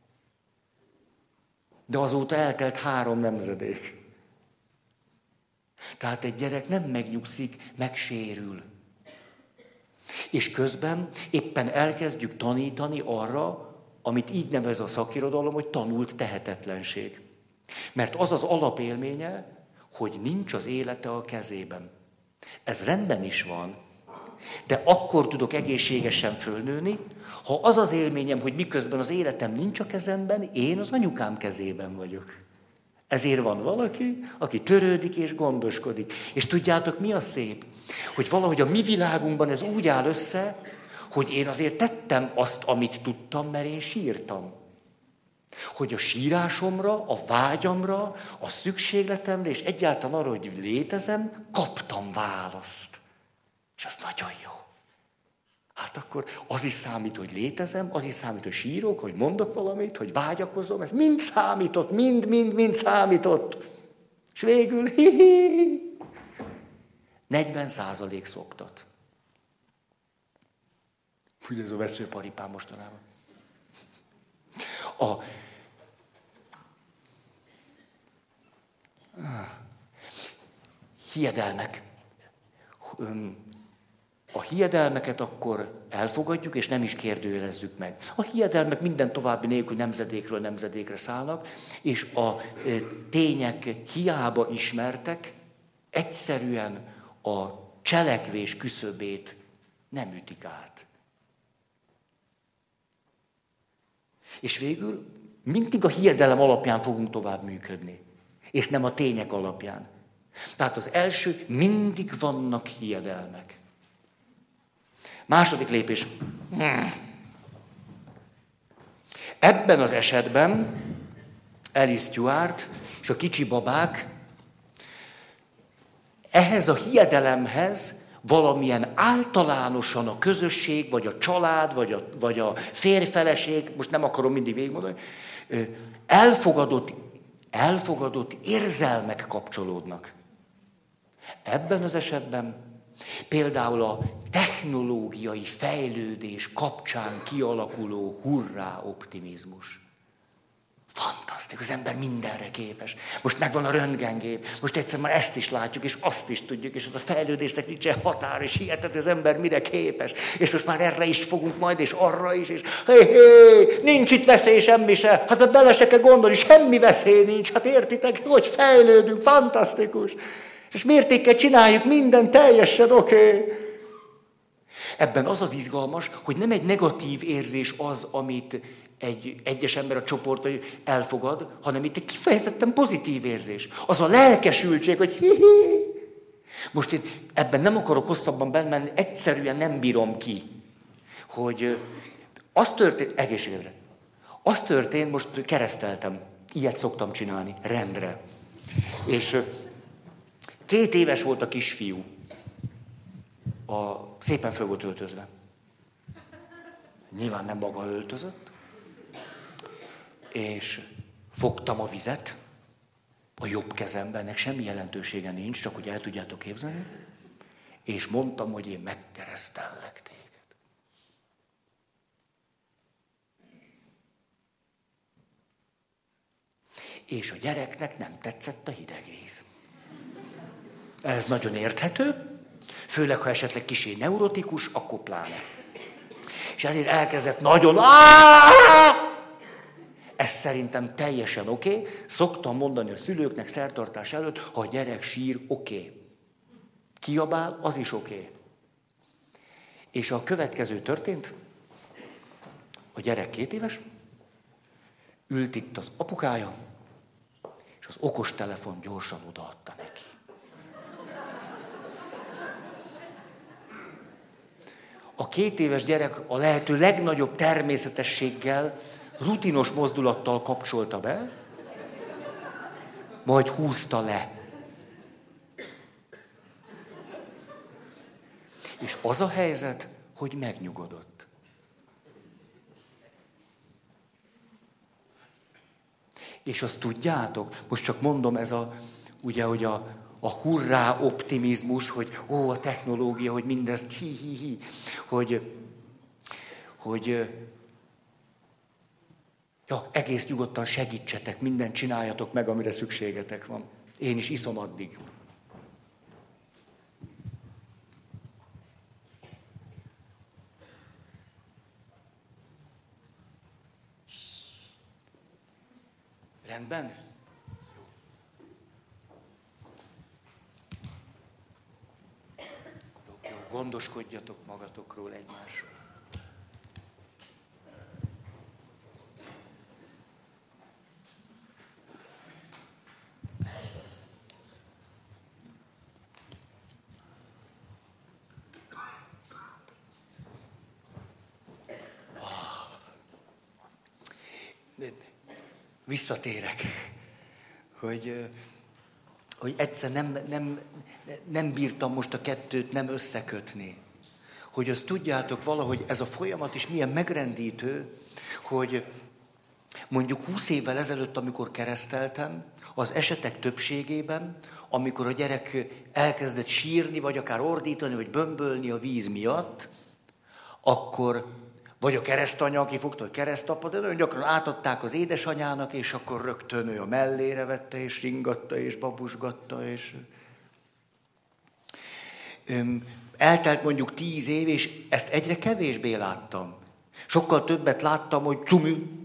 De azóta eltelt 3 nemzedék. Tehát egy gyerek nem megnyugszik, megsérül. És közben éppen elkezdjük tanítani arra, amit így nevez a szakirodalom, hogy tanult tehetetlenség. Mert az az alapélménye, hogy nincs az élete a kezében. Ez rendben is van, de akkor tudok egészségesen fölnőni, ha az az élményem, hogy miközben az életem nincs a kezemben, én az anyukám kezében vagyok. Ezért van valaki, aki törődik és gondoskodik. És tudjátok, mi a szép? Hogy valahogy a mi világunkban ez úgy áll össze, hogy én azért tettem azt, amit tudtam, mert én sírtam. Hogy a sírásomra, a vágyamra, a szükségletemre, és egyáltalán arra, hogy létezem, kaptam választ. És az nagyon jó. Hát akkor az is számít, hogy létezem, az is számít, hogy sírok, hogy mondok valamit, hogy vágyakozom, ez mind számított, mind számított. És végül, 40% szoktat. Ugye ez a veszőparipám mostanában. Hiedelmek. A hiedelmeket akkor elfogadjuk, és nem is kérdőjelezzük meg. A hiedelmek minden további nélkül nemzedékről nemzedékre szállnak, és a tények hiába ismertek, egyszerűen a cselekvés küszöbét nem ütik át. És végül mindig a hiedelem alapján fogunk tovább működni, és nem a tények alapján. Tehát az első, mindig vannak hiedelmek. Második lépés. Ebben az esetben Alice Stewart és a kicsi babák ehhez a hiedelemhez valamilyen általánosan a közösség, vagy a család, vagy a férj-feleség, most nem akarom mindig végigmondani, elfogadott érzelmek kapcsolódnak. Ebben az esetben például a technológiai fejlődés kapcsán kialakuló hurrá optimizmus. Fantasztikus, az ember mindenre képes. Most megvan a röntgengép, most egyszer már ezt is látjuk, és azt is tudjuk, és az a fejlődésnek nincsen határ, és hihetetlen, az ember mire képes. És most már erre is fogunk majd, és arra is, és nincs itt veszély, semmi se. Hát bele se kell gondolni, semmi veszély nincs. Hát értitek, hogy fejlődünk, fantasztikus. És mértékkel csináljuk minden teljesen oké. Ebben az az izgalmas, hogy nem egy negatív érzés az, amit egy egyes ember a csoport elfogad, hanem itt egy kifejezetten pozitív érzés. Az a lelkesültség, hogy hi-hi. Most én ebben nem akarok hosszabban benni, egyszerűen nem bírom ki, hogy az történt, egészségedre, az történt, most kereszteltem, ilyet szoktam csinálni, rendre. És 2 éves volt a kisfiú, szépen föl volt öltözve. Nyilván nem maga öltözött, és fogtam a vizet, a jobb kezemben, ennek semmi jelentősége nincs, csak hogy el tudjátok képzelni, és mondtam, hogy én megkeresztellek téged. És a gyereknek nem tetszett a hideg víz. Ez nagyon érthető, főleg, ha esetleg kicsi neurotikus, akkor pláne. És ezért elkezdett nagyon... Ez szerintem teljesen oké. Szoktam mondani a szülőknek szertartás előtt, ha a gyerek sír, oké. Kiabál, az is oké. És a következő történt, a gyerek 2 éves, ült itt az apukája, és az okostelefon gyorsan odaadta neki. A 2 éves gyerek a lehető legnagyobb természetességgel, rutinos mozdulattal kapcsolta be, majd húzta le. És az a helyzet, hogy megnyugodott. És azt tudjátok, most csak mondom, ez ugye, hogy a hurrá optimizmus, hogy a technológia, hogy mindezt hi-hi-hi, hogy egész nyugodtan segítsetek, mindent csináljatok meg, amire szükségetek van. Én is iszom addig. Rendben? Jó. Gondoskodjatok magatokról, egymásról. Visszatérek, hogy egyszer nem bírtam most a kettőt nem összekötni. Hogy azt tudjátok valahogy ez a folyamat is milyen megrendítő, hogy mondjuk 20 évvel ezelőtt, amikor kereszteltem, az esetek többségében, amikor a gyerek elkezdett sírni, vagy akár ordítani, vagy bömbölni a víz miatt, akkor vagy a keresztanya, aki fogta a keresztapa, de nagyon gyakran átadták az édesanyának, és akkor rögtön ő a mellére vette, és ringatta, és babusgatta, és... Eltelt mondjuk 10 év, és ezt egyre kevésbé láttam. Sokkal többet láttam, hogy cumi.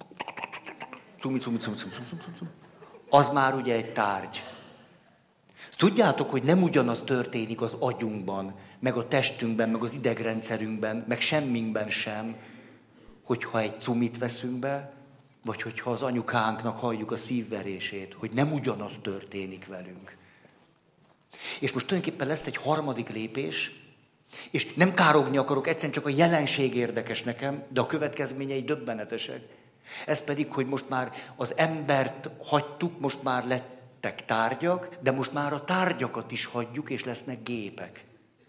Az már ugye egy tárgy. Ezt tudjátok, hogy nem ugyanaz történik az agyunkban, meg a testünkben, meg az idegrendszerünkben, meg semminkben sem, hogyha egy cumit veszünk be, vagy hogyha az anyukánknak halljuk a szívverését, hogy nem ugyanaz történik velünk. És most tulajdonképpen lesz egy harmadik lépés, és nem károgni akarok, egyszerűen csak a jelenség érdekes nekem, de a következményei döbbenetesek. Ez pedig, hogy most már az embert hagytuk, most már lettek tárgyak, de most már a tárgyakat is hagyjuk, és lesznek gépek.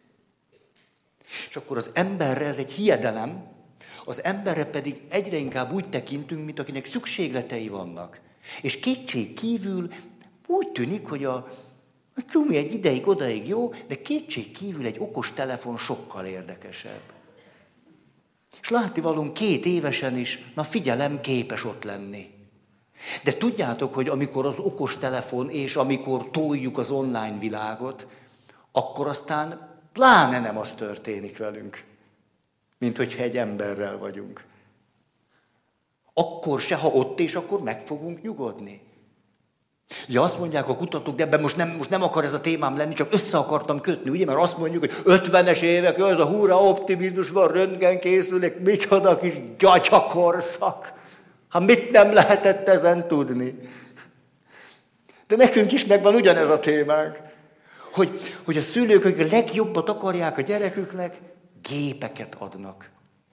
És akkor az emberre ez egy hiedelem, az emberre pedig egyre inkább úgy tekintünk, mint akinek szükségletei vannak. És kétség kívül úgy tűnik, hogy a cumi egy ideig, odaig jó, de kétség kívül egy okos telefon sokkal érdekesebb. És látnivalóan 2 évesen is, na figyelem, képes ott lenni. De tudjátok, hogy amikor az okos telefon és amikor toljuk az online világot, akkor aztán pláne nem az történik velünk, mint hogyha egy emberrel vagyunk. Akkor se, ha ott és akkor meg fogunk nyugodni. Ugye azt mondják a kutatók, de ebben most nem akar ez a témám lenni, csak össze akartam kötni, ugye? Mert azt mondjuk, hogy 50-es évek, ez a hurra optimizmus van, röntgenkészülék, micsoda kis gyatyakorszak. Hát mit nem lehetett ezen tudni? De nekünk is megvan ugyanez a témánk, hogy a szülők, akik a legjobbat akarják a gyereküknek, gépeket adnak.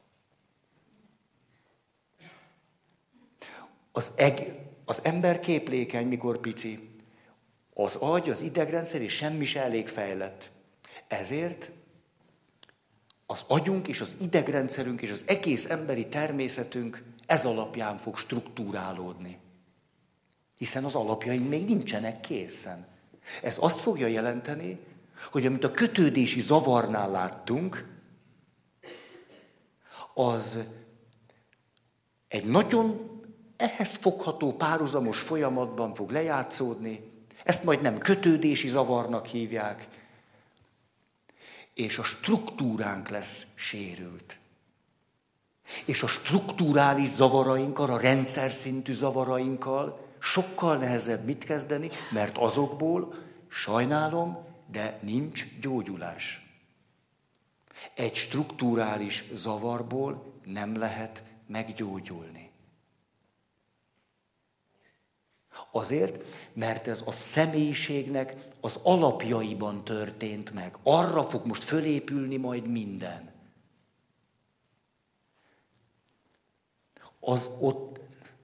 Az ember képlékeny, mikor pici. Az agy, az idegrendszer és semmi se elég fejlett. Ezért az agyunk és az idegrendszerünk és az egész emberi természetünk ez alapján fog struktúrálódni. Hiszen az alapjaink még nincsenek készen. Ez azt fogja jelenteni, hogy amit a kötődési zavarnál láttunk, az egy nagyon ehhez fogható párhuzamos folyamatban fog lejátszódni. Ezt majd nem kötődési zavarnak hívják, és a struktúránk lesz sérült. És a strukturális zavarainkkal, a rendszer szintű zavarainkkal sokkal nehezebb mit kezdeni, mert azokból, sajnálom, de nincs gyógyulás. Egy strukturális zavarból nem lehet meggyógyulni. Azért, mert ez a személyiségnek az alapjaiban történt meg. Arra fog most fölépülni majd minden. Az ott...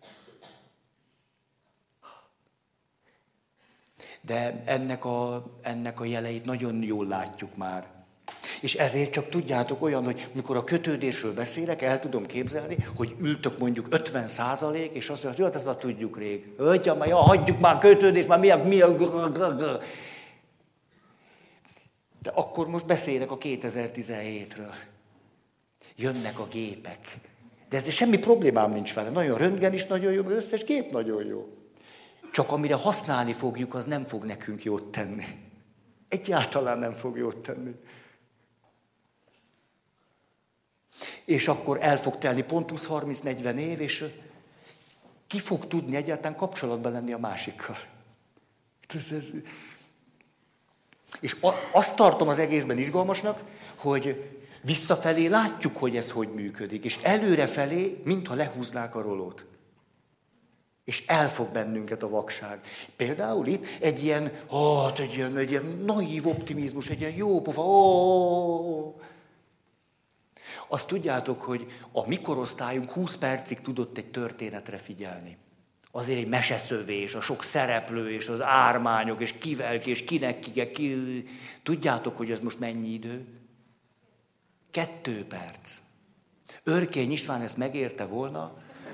De ennek a jeleit nagyon jól látjuk már. És ezért csak tudjátok olyan, hogy mikor a kötődésről beszélek, el tudom képzelni, hogy ültök mondjuk 50%, és azt mondja, hogy ezt már tudjuk rég. Hagyjuk már kötődést, már mi a... De akkor most beszélek a 2017-ről. Jönnek a gépek. De ezzel semmi problémám nincs vele. Nagyon röntgen is nagyon jó, az összes gép nagyon jó. Csak amire használni fogjuk, az nem fog nekünk jót tenni. Egyáltalán nem fog jót tenni. És akkor el fog telni pont 20-30-40 év, és ki fog tudni egyáltalán kapcsolatban lenni a másikkal. És azt tartom az egészben izgalmasnak, hogy visszafelé látjuk, hogy ez hogy működik, és előrefelé, mintha lehúznák a rolót. És elfog bennünket a vakság. Például itt egy ilyen naív optimizmus, egy ilyen jó pofa. Azt tudjátok, hogy a mi korosztályunk 20 percig tudott egy történetre figyelni. Azért egy meseszövés, a sok szereplő, és az ármányok, és kivel, és kinek, ki. Tudjátok, hogy ez most mennyi idő? 2 perc. Örkény István ezt megérte volna.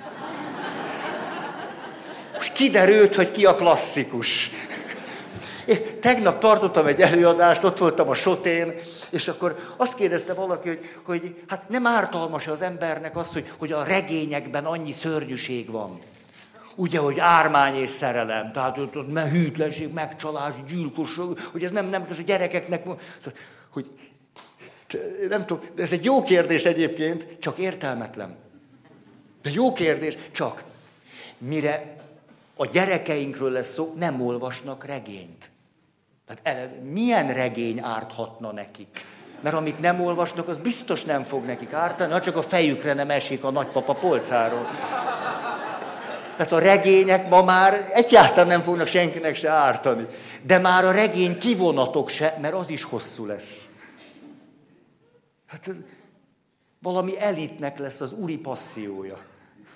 Most kiderült, hogy ki a klasszikus. Én tegnap tartottam egy előadást, ott voltam a Sotén, és akkor azt kérdezte valaki, hogy hát nem ártalmas az embernek az, hogy a regényekben annyi szörnyűség van. Ugye, hogy ármány és szerelem, tehát ott hűtlenség, megcsalás, gyilkosság, hogy ez nem ez a gyerekeknek, hogy nem tudom, de ez egy jó kérdés egyébként, csak értelmetlen. De jó kérdés, csak mire a gyerekeinkről lesz szó, nem olvasnak regényt. Tehát milyen regény árthatna nekik? Mert amit nem olvasnak, az biztos nem fog nekik ártani, ha csak a fejükre nem esik a nagypapa polcáról. Tehát a regények ma már egyáltalán nem fognak senkinek se ártani. De már a regény kivonatok se, mert az is hosszú lesz. Hát ez valami elitnek lesz az uri passziója.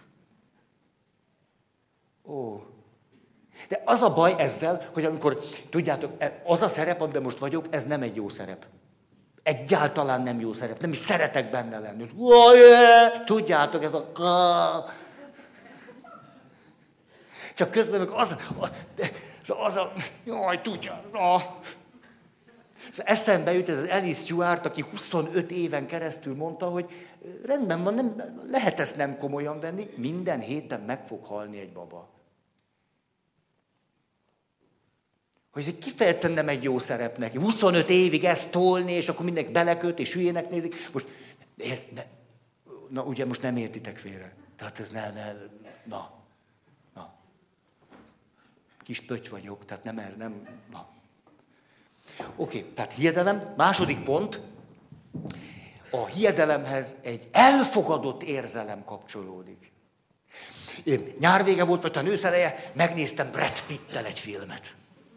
Ó. De az a baj ezzel, hogy amikor, tudjátok, az a szerep, amiben most vagyok, ez nem egy jó szerep. Egyáltalán nem jó szerep. Nem is szeretek benne lenni. Tudjátok, ez a... Csak közben meg az a... Jaj, tudja... Szóval eszembe jut ez az Alice Stewart, aki 25 éven keresztül mondta, hogy rendben van, nem, lehet ezt nem komolyan venni, minden héten meg fog halni egy baba. Hogy ez kifejezetten nem egy jó szerep neki. 25 évig ezt tolni, és akkor mindenki beleköt, és hülyének nézik. Most, na ugye most nem értitek félre. Tehát ez na. Kis pötty vagyok, tehát nem. Oké, tehát hiedelem. Második pont. A hiedelemhez egy elfogadott érzelem kapcsolódik. Én nyár vége volt, vagy a őszeleje, megnéztem Brad Pittel egy filmet.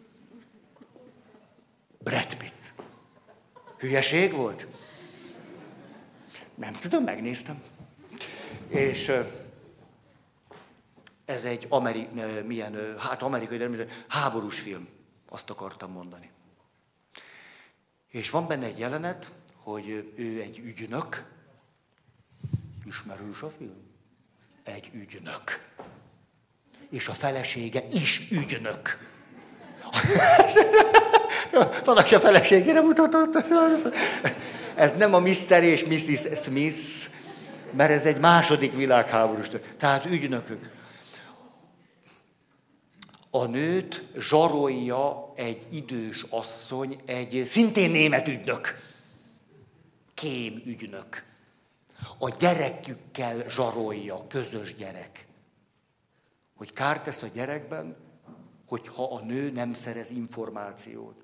Brad Pitt. Hülyeség volt? Nem tudom, megnéztem. És ez egy amerikai háborús film, azt akartam mondani. És van benne egy jelenet, hogy ő egy ügynök. Ismerős a film? Egy ügynök. És a felesége is ügynök. Van, aki a feleségére mutatott. Ez nem a Mr. és Mrs. Smith, mert ez egy második világháborús. Tehát ügynökök. A nőt zsarolja egy idős asszony, egy szintén német ügynök. Kém ügynök. A gyerekükkel zsarolja, közös gyerek. Hogy kárt tesz a gyerekben, hogyha a nő nem szerez információt.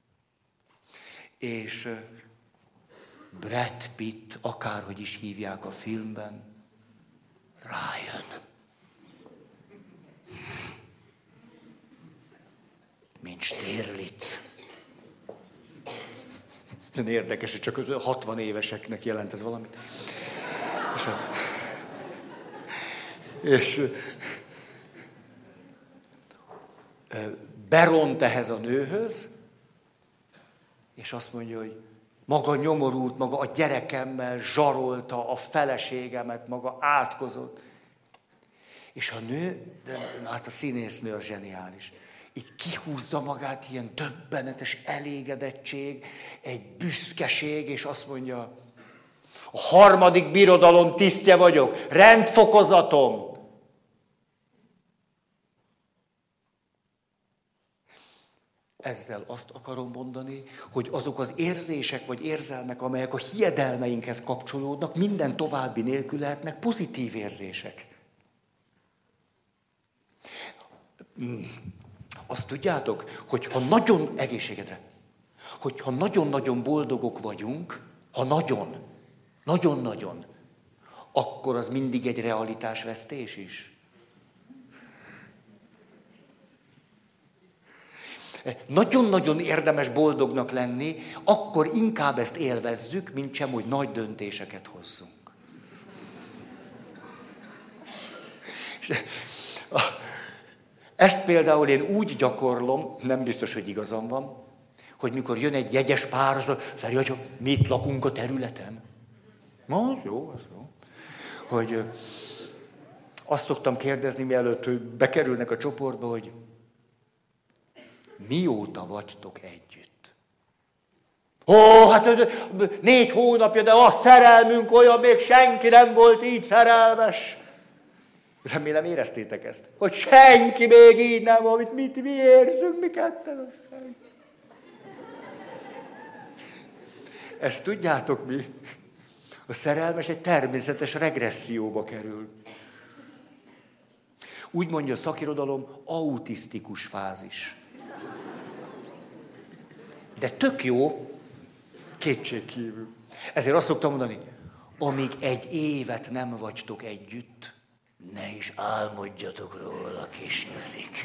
És Brad Pitt, akárhogy is hívják a filmben, rájön. Mint Stirlitz. Nagyon érdekes, hogy csak az 60 éveseknek jelent ez valamit. És beront ehhez a nőhöz, és azt mondja, hogy maga nyomorult, maga a gyerekemmel zsarolta a feleségemet, maga átkozott. És a nő, hát a színésznő az zseniális, így kihúzza magát ilyen döbbenetes elégedettség, egy büszkeség, és azt mondja, a 3. birodalom tisztje vagyok, rendfokozatom. Ezzel azt akarom mondani, hogy azok az érzések vagy érzelmek, amelyek a hiedelmeinkhez kapcsolódnak, minden további nélkül lehetnek pozitív érzések. Azt tudjátok, hogy ha nagyon egészségedre, hogyha nagyon-nagyon boldogok vagyunk, ha nagyon-nagyon, akkor az mindig egy realitásvesztés is. Nagyon-nagyon érdemes boldognak lenni, akkor inkább ezt élvezzük, mint sem, hogy nagy döntéseket hozzunk. Ezt például én úgy gyakorlom, nem biztos, hogy igazam van, hogy mikor jön egy jegyes pár, Feri, hogy mit lakunk a területen? Na, az jó. Hogy azt szoktam kérdezni, mielőtt bekerülnek a csoportba, hogy mióta vagytok együtt? Hát 4 hónapja, de a szerelmünk olyan, még senki nem volt így szerelmes. Remélem éreztétek ezt, hogy senki még így nem volt, mi érzünk, mi ketten. Ezt tudjátok mi? A szerelmes egy természetes regresszióba kerül. Úgy mondja a szakirodalom, autisztikus fázis. De tök jó, kétségkívül. Ezért azt szoktam mondani, amíg 1 évet nem vagytok együtt, ne is álmodjatok róla, kisnyuszik.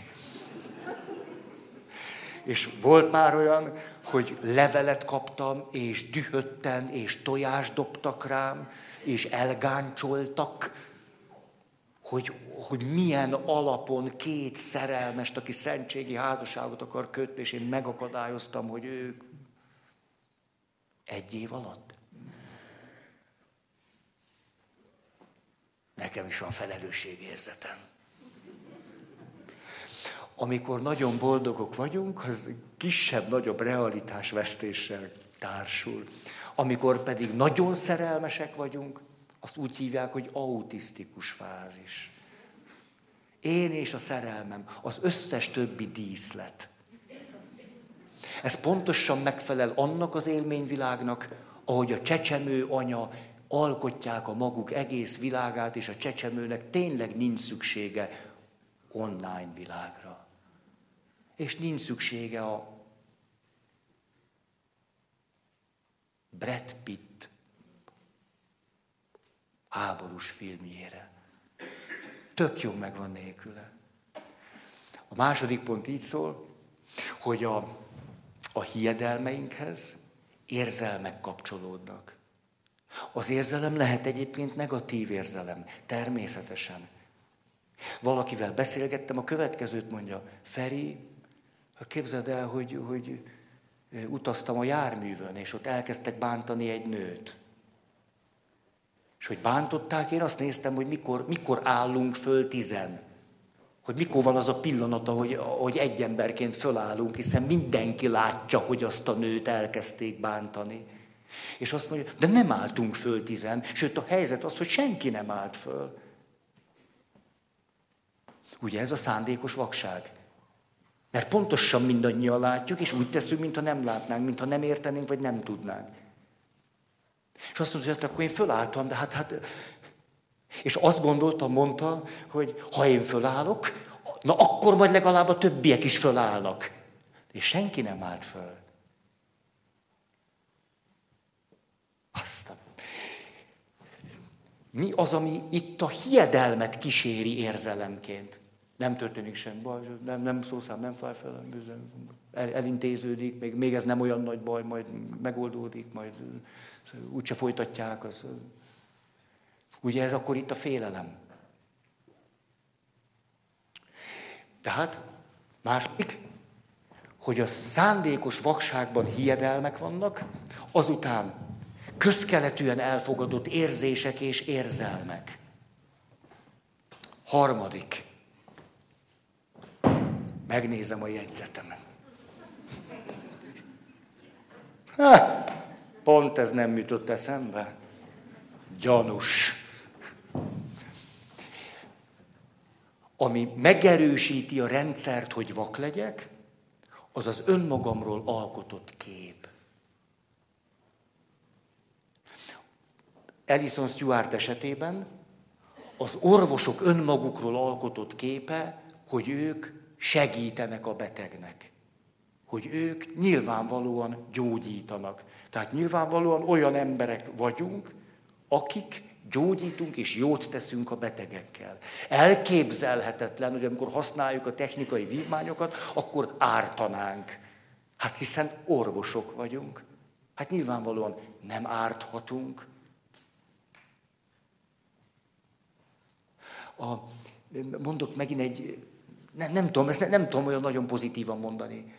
És volt már olyan, hogy levelet kaptam, és dühötten, és tojást dobtak rám, és elgáncsoltak, hogy milyen alapon 2 szerelmest, aki szentségi házasságot akar kötni, és én megakadályoztam, hogy ők 1 év alatt. Nekem is van felelősségérzetem. Amikor nagyon boldogok vagyunk, az kisebb-nagyobb realitásvesztéssel társul. Amikor pedig nagyon szerelmesek vagyunk, azt úgy hívják, hogy autisztikus fázis. Én és a szerelmem, az összes többi díszlet. Ez pontosan megfelel annak az élményvilágnak, ahogy a csecsemő anya alkotják a maguk egész világát, és a csecsemőnek tényleg nincs szüksége online világra. És nincs szüksége a Brad Pitt háborús filmjére. Tök jó megvan nélküle. A második pont így szól, hogy a hiedelmeinkhez érzelmek kapcsolódnak. Az érzelem lehet egyébként negatív érzelem, természetesen. Valakivel beszélgettem, a következőt mondja, Feri, képzeld el, hogy utaztam a járművön, és ott elkezdtek bántani egy nőt. És hogy bántották, én azt néztem, hogy mikor állunk föl 10. Hogy mikor van az a pillanata, hogy egy emberként fölállunk, hiszen mindenki látja, hogy azt a nőt elkezdték bántani. És azt mondja, de nem álltunk föl 10, sőt a helyzet az, hogy senki nem állt föl. Ugye ez a szándékos vakság. Mert pontosan mindannyian látjuk, és úgy teszünk, mintha nem látnánk, mintha nem értenénk, vagy nem tudnánk. És azt mondta, hogy akkor én fölálltam, de hát... És azt mondta, hogy ha én fölállok, na akkor majd legalább a többiek is fölállnak. És senki nem állt föl. Aztán. Mi az, ami itt a hiedelmet kíséri érzelemként? Nem történik semmi baj, nem szószám, nem fáj fel, elintéződik, még ez nem olyan nagy baj, majd megoldódik, majd úgyse folytatják. Ugye ez akkor itt a félelem. Tehát második, hogy a szándékos vakságban hiedelmek vannak, azután közkeletűen elfogadott érzések és érzelmek. Harmadik, megnézem a jegyzetemet. Pont ez nem jutott eszembe. Gyanús. Ami megerősíti a rendszert, hogy vak legyek, az az önmagamról alkotott kép. Alison Stewart esetében az orvosok önmagukról alkotott képe, hogy ők segítenek a betegnek. hogy ők nyilvánvalóan gyógyítanak. Tehát nyilvánvalóan olyan emberek vagyunk, akik gyógyítunk és jót teszünk a betegekkel. Elképzelhetetlen, hogy amikor használjuk a technikai vívmányokat, akkor ártanánk. Hát hiszen orvosok vagyunk. Hát nyilvánvalóan nem árthatunk. Mondok megint egy, nem tudom, ezt nem tudom olyan nagyon pozitívan mondani.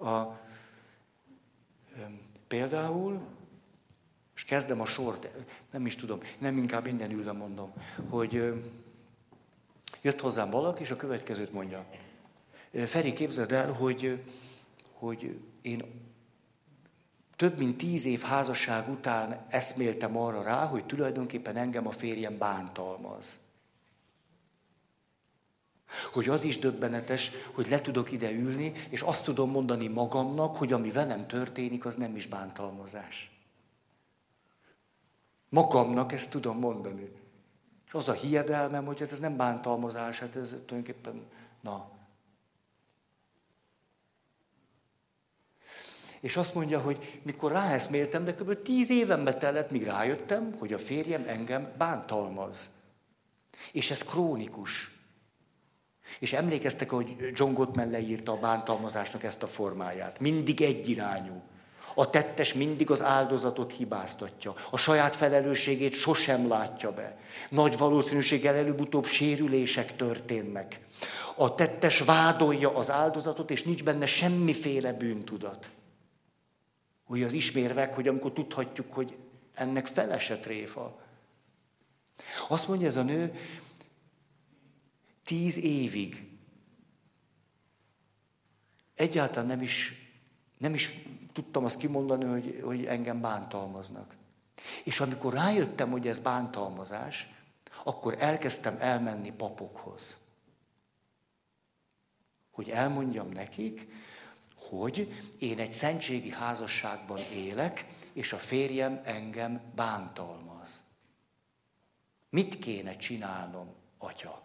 Például, és kezdem a sort, nem is tudom, nem inkább innen ülve mondom, hogy jött hozzám valaki, és a következőt mondja. Feri, képzeld el, hogy én több mint 10 év házasság után eszméltem arra rá, hogy tulajdonképpen engem a férjem bántalmaz. Hogy az is döbbenetes, hogy le tudok ide ülni, és azt tudom mondani magamnak, hogy ami velem történik, az nem is bántalmazás. Magamnak ezt tudom mondani. És az a hiedelmem, hogy ez nem bántalmazás, hát ez tulajdonképpen, na. És azt mondja, hogy mikor ráeszméltem, de kb. 10 évembe tellett, míg rájöttem, hogy a férjem engem bántalmaz. És ez krónikus. És emlékeztek, hogy John Gottman leírta a bántalmazásnak ezt a formáját. Mindig egyirányú. A tettes mindig az áldozatot hibáztatja. A saját felelősségét sosem látja be. Nagy valószínűséggel előbb-utóbb sérülések történnek. A tettes vádolja az áldozatot, és nincs benne semmiféle bűntudat. Úgy az ismérvek, hogy amikor tudhatjuk, hogy ennek felese tréfa. Azt mondja ez a nő, 10 évig egyáltalán nem is tudtam azt kimondani, hogy engem bántalmaznak. És amikor rájöttem, hogy ez bántalmazás, akkor elkezdtem elmenni papokhoz. Hogy elmondjam nekik, hogy én egy szentségi házasságban élek, és a férjem engem bántalmaz. Mit kéne csinálnom, atya?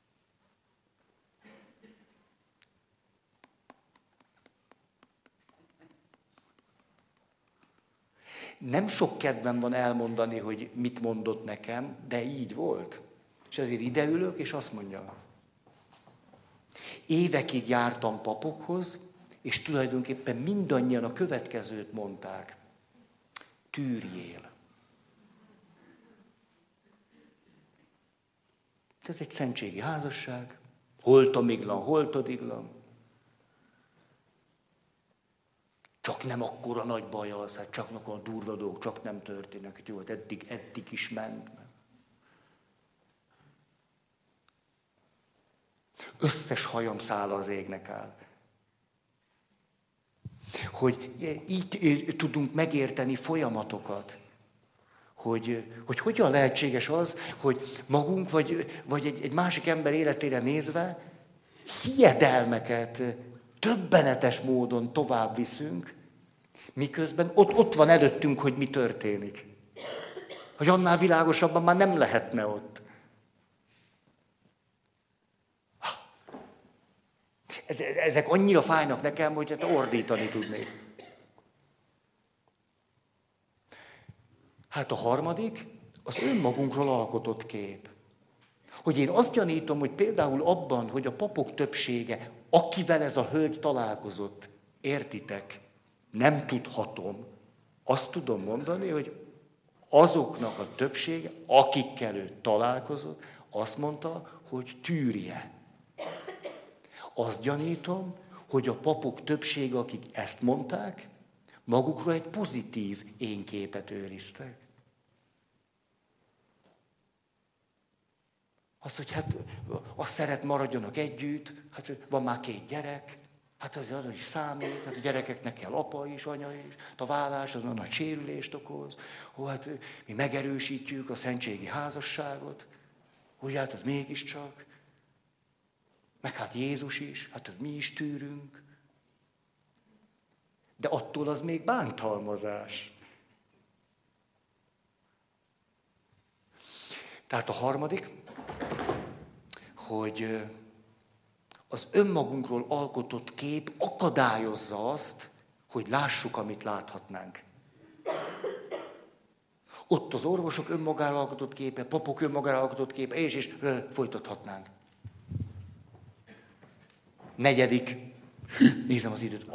Nem sok kedvem van elmondani, hogy mit mondott nekem, de így volt. És ezért ideülök, és azt mondja. Évekig jártam papokhoz, és tulajdonképpen mindannyian a következőt mondták. Tűrjél. Ez egy szentségi házasság. Holtamiglan, holtadiglan. Csak nem akkora nagy baj az, hát csak a durva dolgok, csak nem történnek. Jó, hát eddig is ment. Összes hajam szála az égnek áll. Hogy így tudunk megérteni folyamatokat. Hogy hogyan lehetséges az, hogy magunk vagy egy másik ember életére nézve hiedelmeket döbbenetes módon tovább viszünk, miközben ott van előttünk, hogy mi történik. Hogy annál világosabban már nem lehetne ott. Ezek annyira fájnak nekem, hogy hát ordítani tudnék. Hát a harmadik, az önmagunkról alkotott kép. Hogy én azt gyanítom, hogy például abban, hogy a papok többsége, akivel ez a hölgy találkozott, értitek, nem tudhatom, azt tudom mondani, hogy azoknak a többsége, akikkel ő találkozott, azt mondta, hogy tűrje. Azt gyanítom, hogy a papok többsége, akik ezt mondták, magukról egy pozitív énképet őriztek. Az, hogy hát azt szeret maradjanak együtt, hát van már 2 gyerek, hát az is számít, hát a gyerekeknek kell apa is, anya is, a vállás az nagy sérülést okoz, hát mi megerősítjük a szentségi házasságot, hogy hát az mégiscsak, meg hát Jézus is, hát mi is tűrünk. De attól az még bántalmazás. Tehát a harmadik, hogy az önmagunkról alkotott kép akadályozza azt, hogy lássuk, amit láthatnánk. Ott az orvosok önmagára alkotott képe, papok önmagára alkotott képe, és folytathatnánk. Negyedik. Nézem az időt.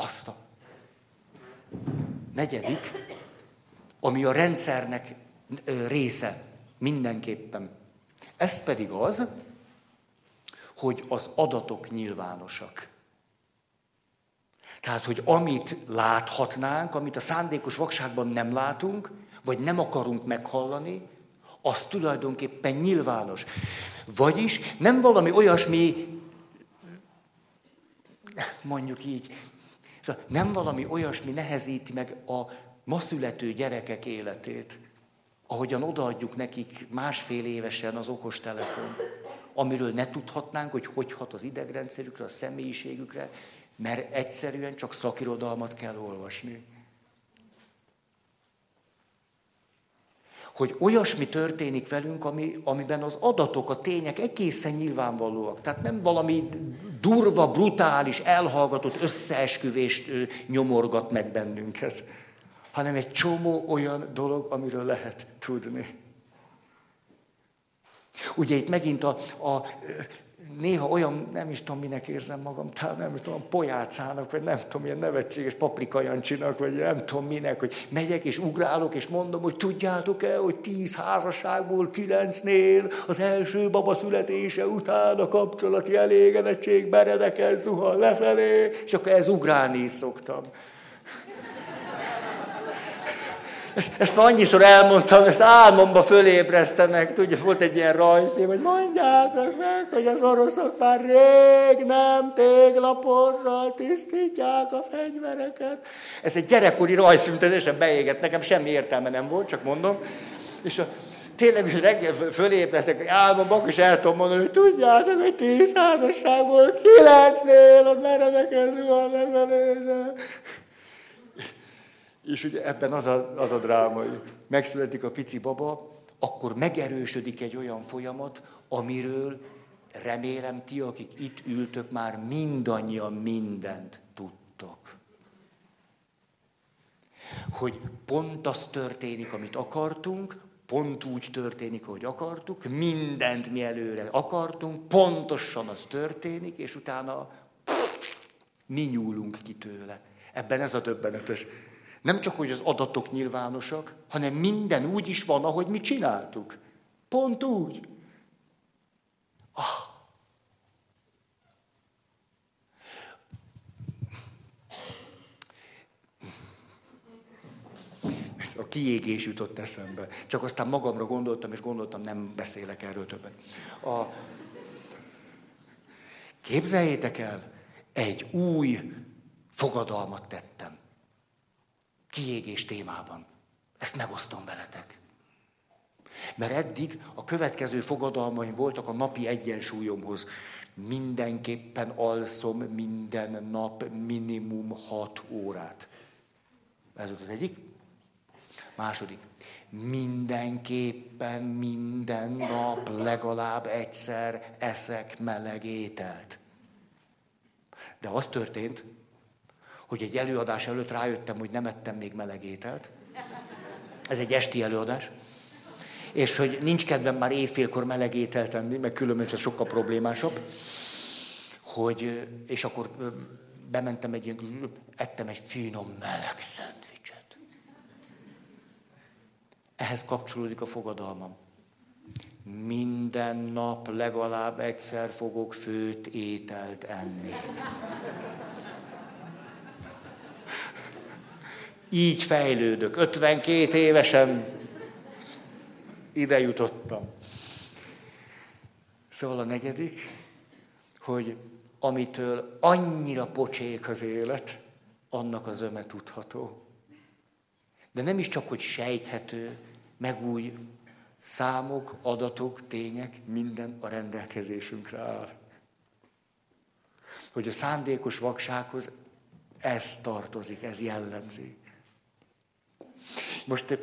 Negyedik, ami a rendszernek része mindenképpen. Ez pedig az, hogy az adatok nyilvánosak. Tehát, hogy amit láthatnánk, amit a szándékos vakságban nem látunk, vagy nem akarunk meghallani, az tulajdonképpen nyilvános. Vagyis nem valami olyasmi, mondjuk így, szóval nem valami olyasmi nehezíti meg a ma születő gyerekek életét, ahogyan odaadjuk nekik 1,5 évesen az okostelefont, amiről ne tudhatnánk, hogy hat az idegrendszerükre, a személyiségükre, mert egyszerűen csak szakirodalmat kell olvasni. Hogy olyasmi történik velünk, amiben az adatok, a tények egészen nyilvánvalóak. Tehát nem valami durva, brutális, elhallgatott összeesküvést nyomorgat meg bennünket, hanem egy csomó olyan dolog, amiről lehet tudni. Ugye itt megint néha olyan, nem is tudom, minek érzem magam, talán nem is tudom, pojácának, vagy nem tudom, ilyen nevetséges paprikajancsinak, vagy nem tudom minek, hogy megyek és ugrálok, és mondom, hogy tudjátok-e, hogy 10 házasságból 9-nél az első baba születése után a kapcsolati elégedettség meredeken zuhan lefelé, és akkor ez ugrálni is szoktam. Ezt már annyiszor elmondtam, ezt álmomba fölébresztenek. Tudja, volt egy ilyen rajzfilm, hogy mondjátok meg, hogy az oroszok már rég nem téglaporral tisztítják a fegyvereket. Ez egy gyerekkori rajzfilm, teljesen beégett, nekem semmi értelme nem volt, csak mondom. És tényleg, hogy reggel fölébredtek álmomba, és el tudom mondani, hogy tudjátok, hogy 10 házasságból 9-nél a meredeken zuhan lefelé. És ugye ebben az a dráma, hogy megszületik a pici baba, akkor megerősödik egy olyan folyamat, amiről remélem ti, akik itt ültök, már mindannyian mindent tudtok. Hogy pont az történik, amit akartunk, pont úgy történik, ahogy akartuk, mindent mi előre akartunk, pontosan az történik, és utána mi nyúlunk ki tőle. Ebben ez a döbbenetes. Nem csak, hogy az adatok nyilvánosak, hanem minden úgy is van, ahogy mi csináltuk. Pont úgy. A kiégés jutott eszembe. Csak aztán magamra gondoltam, és gondoltam, nem beszélek erről többet. Képzeljétek el, egy új fogadalmat tettem. Kiégés témában. Ezt megosztom veletek. Mert eddig a következő fogadalmaim voltak a napi egyensúlyomhoz. Mindenképpen alszom minden nap minimum 6 órát. Ez volt az egyik. Második. Mindenképpen minden nap legalább egyszer eszek meleg ételt. De az történt, hogy egy előadás előtt rájöttem, hogy nem ettem még meleg ételt. Ez egy esti előadás. És hogy nincs kedvem már éjfélkor meleg ételt enni, meg különben ez sokkal problémásabb. És akkor bementem ettem egy finom meleg szendvicset. Ehhez kapcsolódik a fogadalmam. Minden nap legalább egyszer fogok főtt ételt enni. Így fejlődök. 52 évesen ide jutottam. Szóval a negyedik, hogy amitől annyira pocsék az élet, annak az zöme tudható. De nem is csak, hogy sejthető, meg úgy számok, adatok, tények, minden a rendelkezésünkre áll. Hogy a szándékos vaksághoz ez tartozik, ez jellemzi. Most,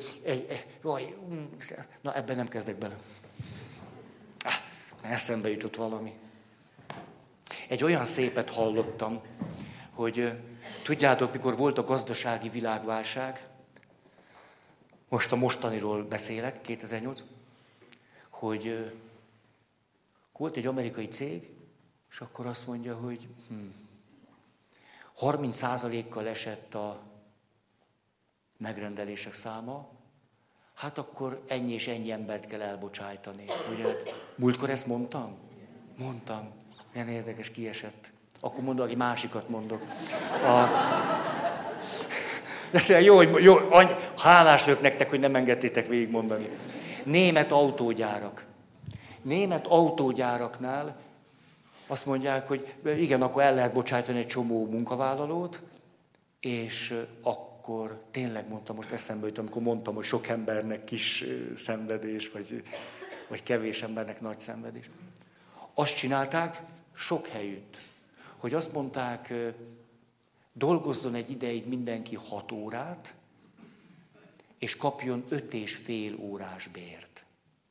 na ebben nem kezdek bele. Eszembe jutott valami. Egy olyan szépet hallottam, hogy tudjátok, mikor volt a gazdasági világválság, most a mostaniról beszélek, 2008, hogy volt egy amerikai cég, és akkor azt mondja, hogy 30%-kal esett a megrendelések száma, hát akkor ennyi és ennyi embert kell elbocsájtani. Ugye, múltkor ezt mondtam? Mondtam. Milyen érdekes, kiesett. Akkor mondom, aki másikat mondok. De jó, hálás vagyok nektek, hogy nem engedtétek végigmondani. Német autógyáraknál azt mondják, hogy igen, akkor el lehet bocsájtani egy csomó munkavállalót, és akkor tényleg mondtam, most eszembe jut, amikor mondtam, hogy sok embernek kis szenvedés, vagy kevés embernek nagy szenvedés. Azt csinálták sok helyütt, hogy azt mondták, dolgozzon egy ideig mindenki 6 órát, és kapjon 5,5 órás bért.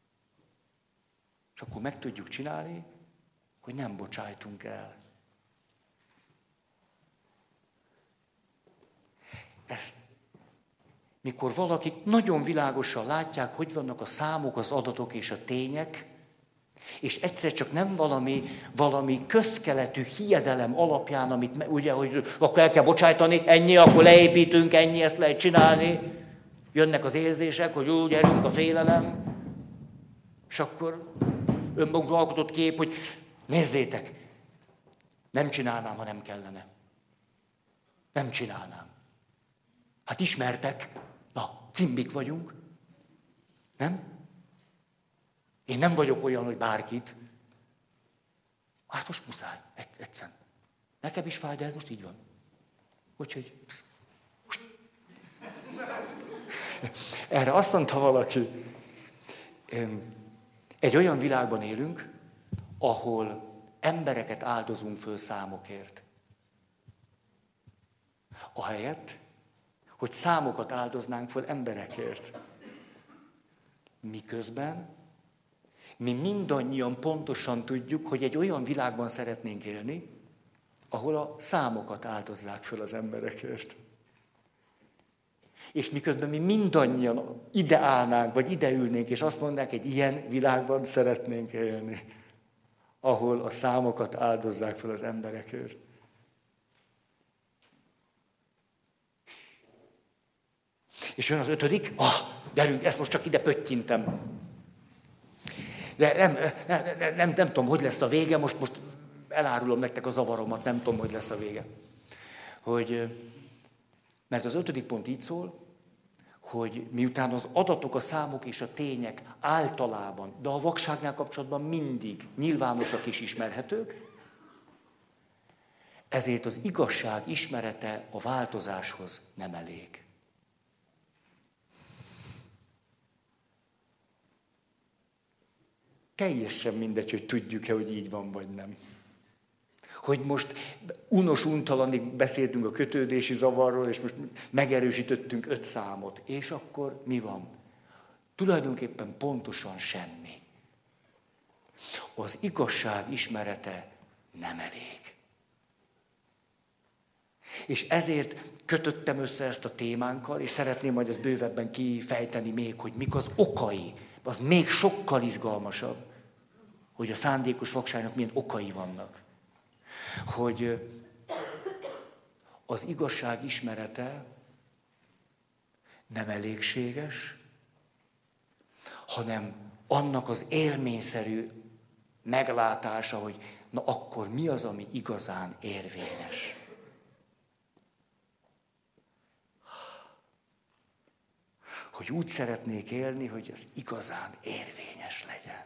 És akkor meg tudjuk csinálni, hogy nem bocsájtunk el. Ezt, mikor valakik nagyon világosan látják, hogy vannak a számok, az adatok és a tények, és egyszer csak nem valami közkeletű hiedelem alapján, amit ugye, hogy akkor el kell bocsájtani, ennyi, akkor leépítünk, ennyi, ezt lehet csinálni. Jönnek az érzések, hogy úgy gyerünk a félelem, és akkor önmagunkról alkotott kép, hogy nézzétek, nem csinálnám, ha nem kellene. Nem csinálnám. Hát ismertek, na, cimbik vagyunk, nem? Én nem vagyok olyan, hogy bárkit. Hát most muszáj, egyszerűen. Nekem is fáj, de most így van. Úgyhogy... Erre azt mondta valaki, egy olyan világban élünk, ahol embereket áldozunk föl számokért. Ahelyett, hogy számokat áldoznánk föl emberekért. Miközben mi mindannyian pontosan tudjuk, hogy egy olyan világban szeretnénk élni, ahol a számokat áldozzák föl az emberekért. És miközben mi mindannyian ide állnánk, vagy ide ülnénk, és azt mondanánk, egy ilyen világban szeretnénk élni, ahol a számokat áldozzák föl az emberekért. És jön az 5. Gyerünk, ezt most csak ide pöttyintem. De nem tudom, hogy lesz a vége, most elárulom nektek a zavaromat, nem tudom, hogy lesz a vége. Mert az 5. pont így szól, hogy miután az adatok, a számok és a tények általában, de a vakságnál kapcsolatban mindig nyilvánosak és ismerhetők, ezért az igazság ismerete a változáshoz nem elég. Teljesen mindegy, hogy tudjuk-e, hogy így van, vagy nem. Hogy most unos-untalanig beszéltünk a kötődési zavarról, és most megerősítettünk 5 számot. És akkor mi van? Tulajdonképpen pontosan semmi. Az igazság ismerete nem elég. És ezért kötöttem össze ezt a témánkkal, és szeretném majd ezt bővebben kifejteni még, hogy mik az okai. Az még sokkal izgalmasabb, hogy a szándékos vakságnak milyen okai vannak. Hogy az igazság ismerete nem elégséges, hanem annak az élményszerű meglátása, hogy na akkor mi az, ami igazán érvényes. Hogy úgy szeretnék élni, hogy ez igazán érvényes legyen.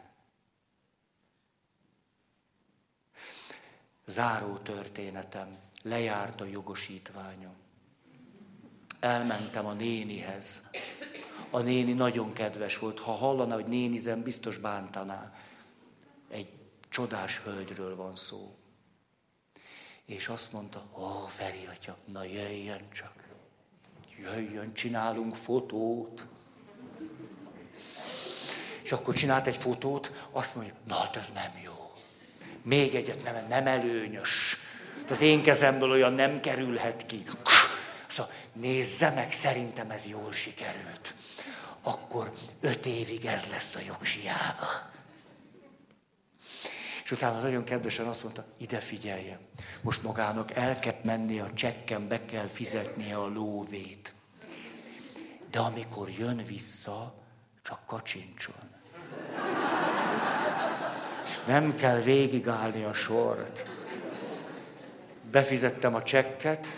Záró történetem. Lejárt a jogosítványom. Elmentem a nénihez. A néni nagyon kedves volt. Ha hallaná, hogy nénizem, biztos bántaná. Egy csodás hölgyről van szó. És azt mondta, Feri atya, na jöjjön csak. Jöjjön, csinálunk fotót. És akkor csinált egy fotót, azt mondja, na hát ez nem jó. Még egyet nem előnyös. Az én kezemből olyan nem kerülhet ki. Szóval nézze meg, szerintem ez jól sikerült. Akkor 5 évig ez lesz a jogsiába. És utána nagyon kedvesen azt mondta, ide figyeljen, most magának el kell menni a csekken, be kell fizetnie a lóvét. De amikor jön vissza, csak kacsincson. Nem kell végigállni a sort. Befizettem a csekket.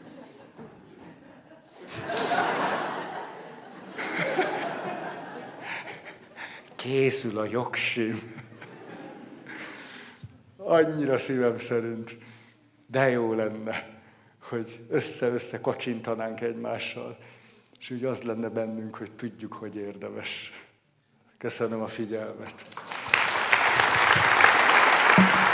Készül a jogsim. Annyira szívem szerint, de jó lenne, hogy össze-össze kacsintanánk egymással, és úgy az lenne bennünk, hogy tudjuk, hogy érdemes. Köszönöm a figyelmet.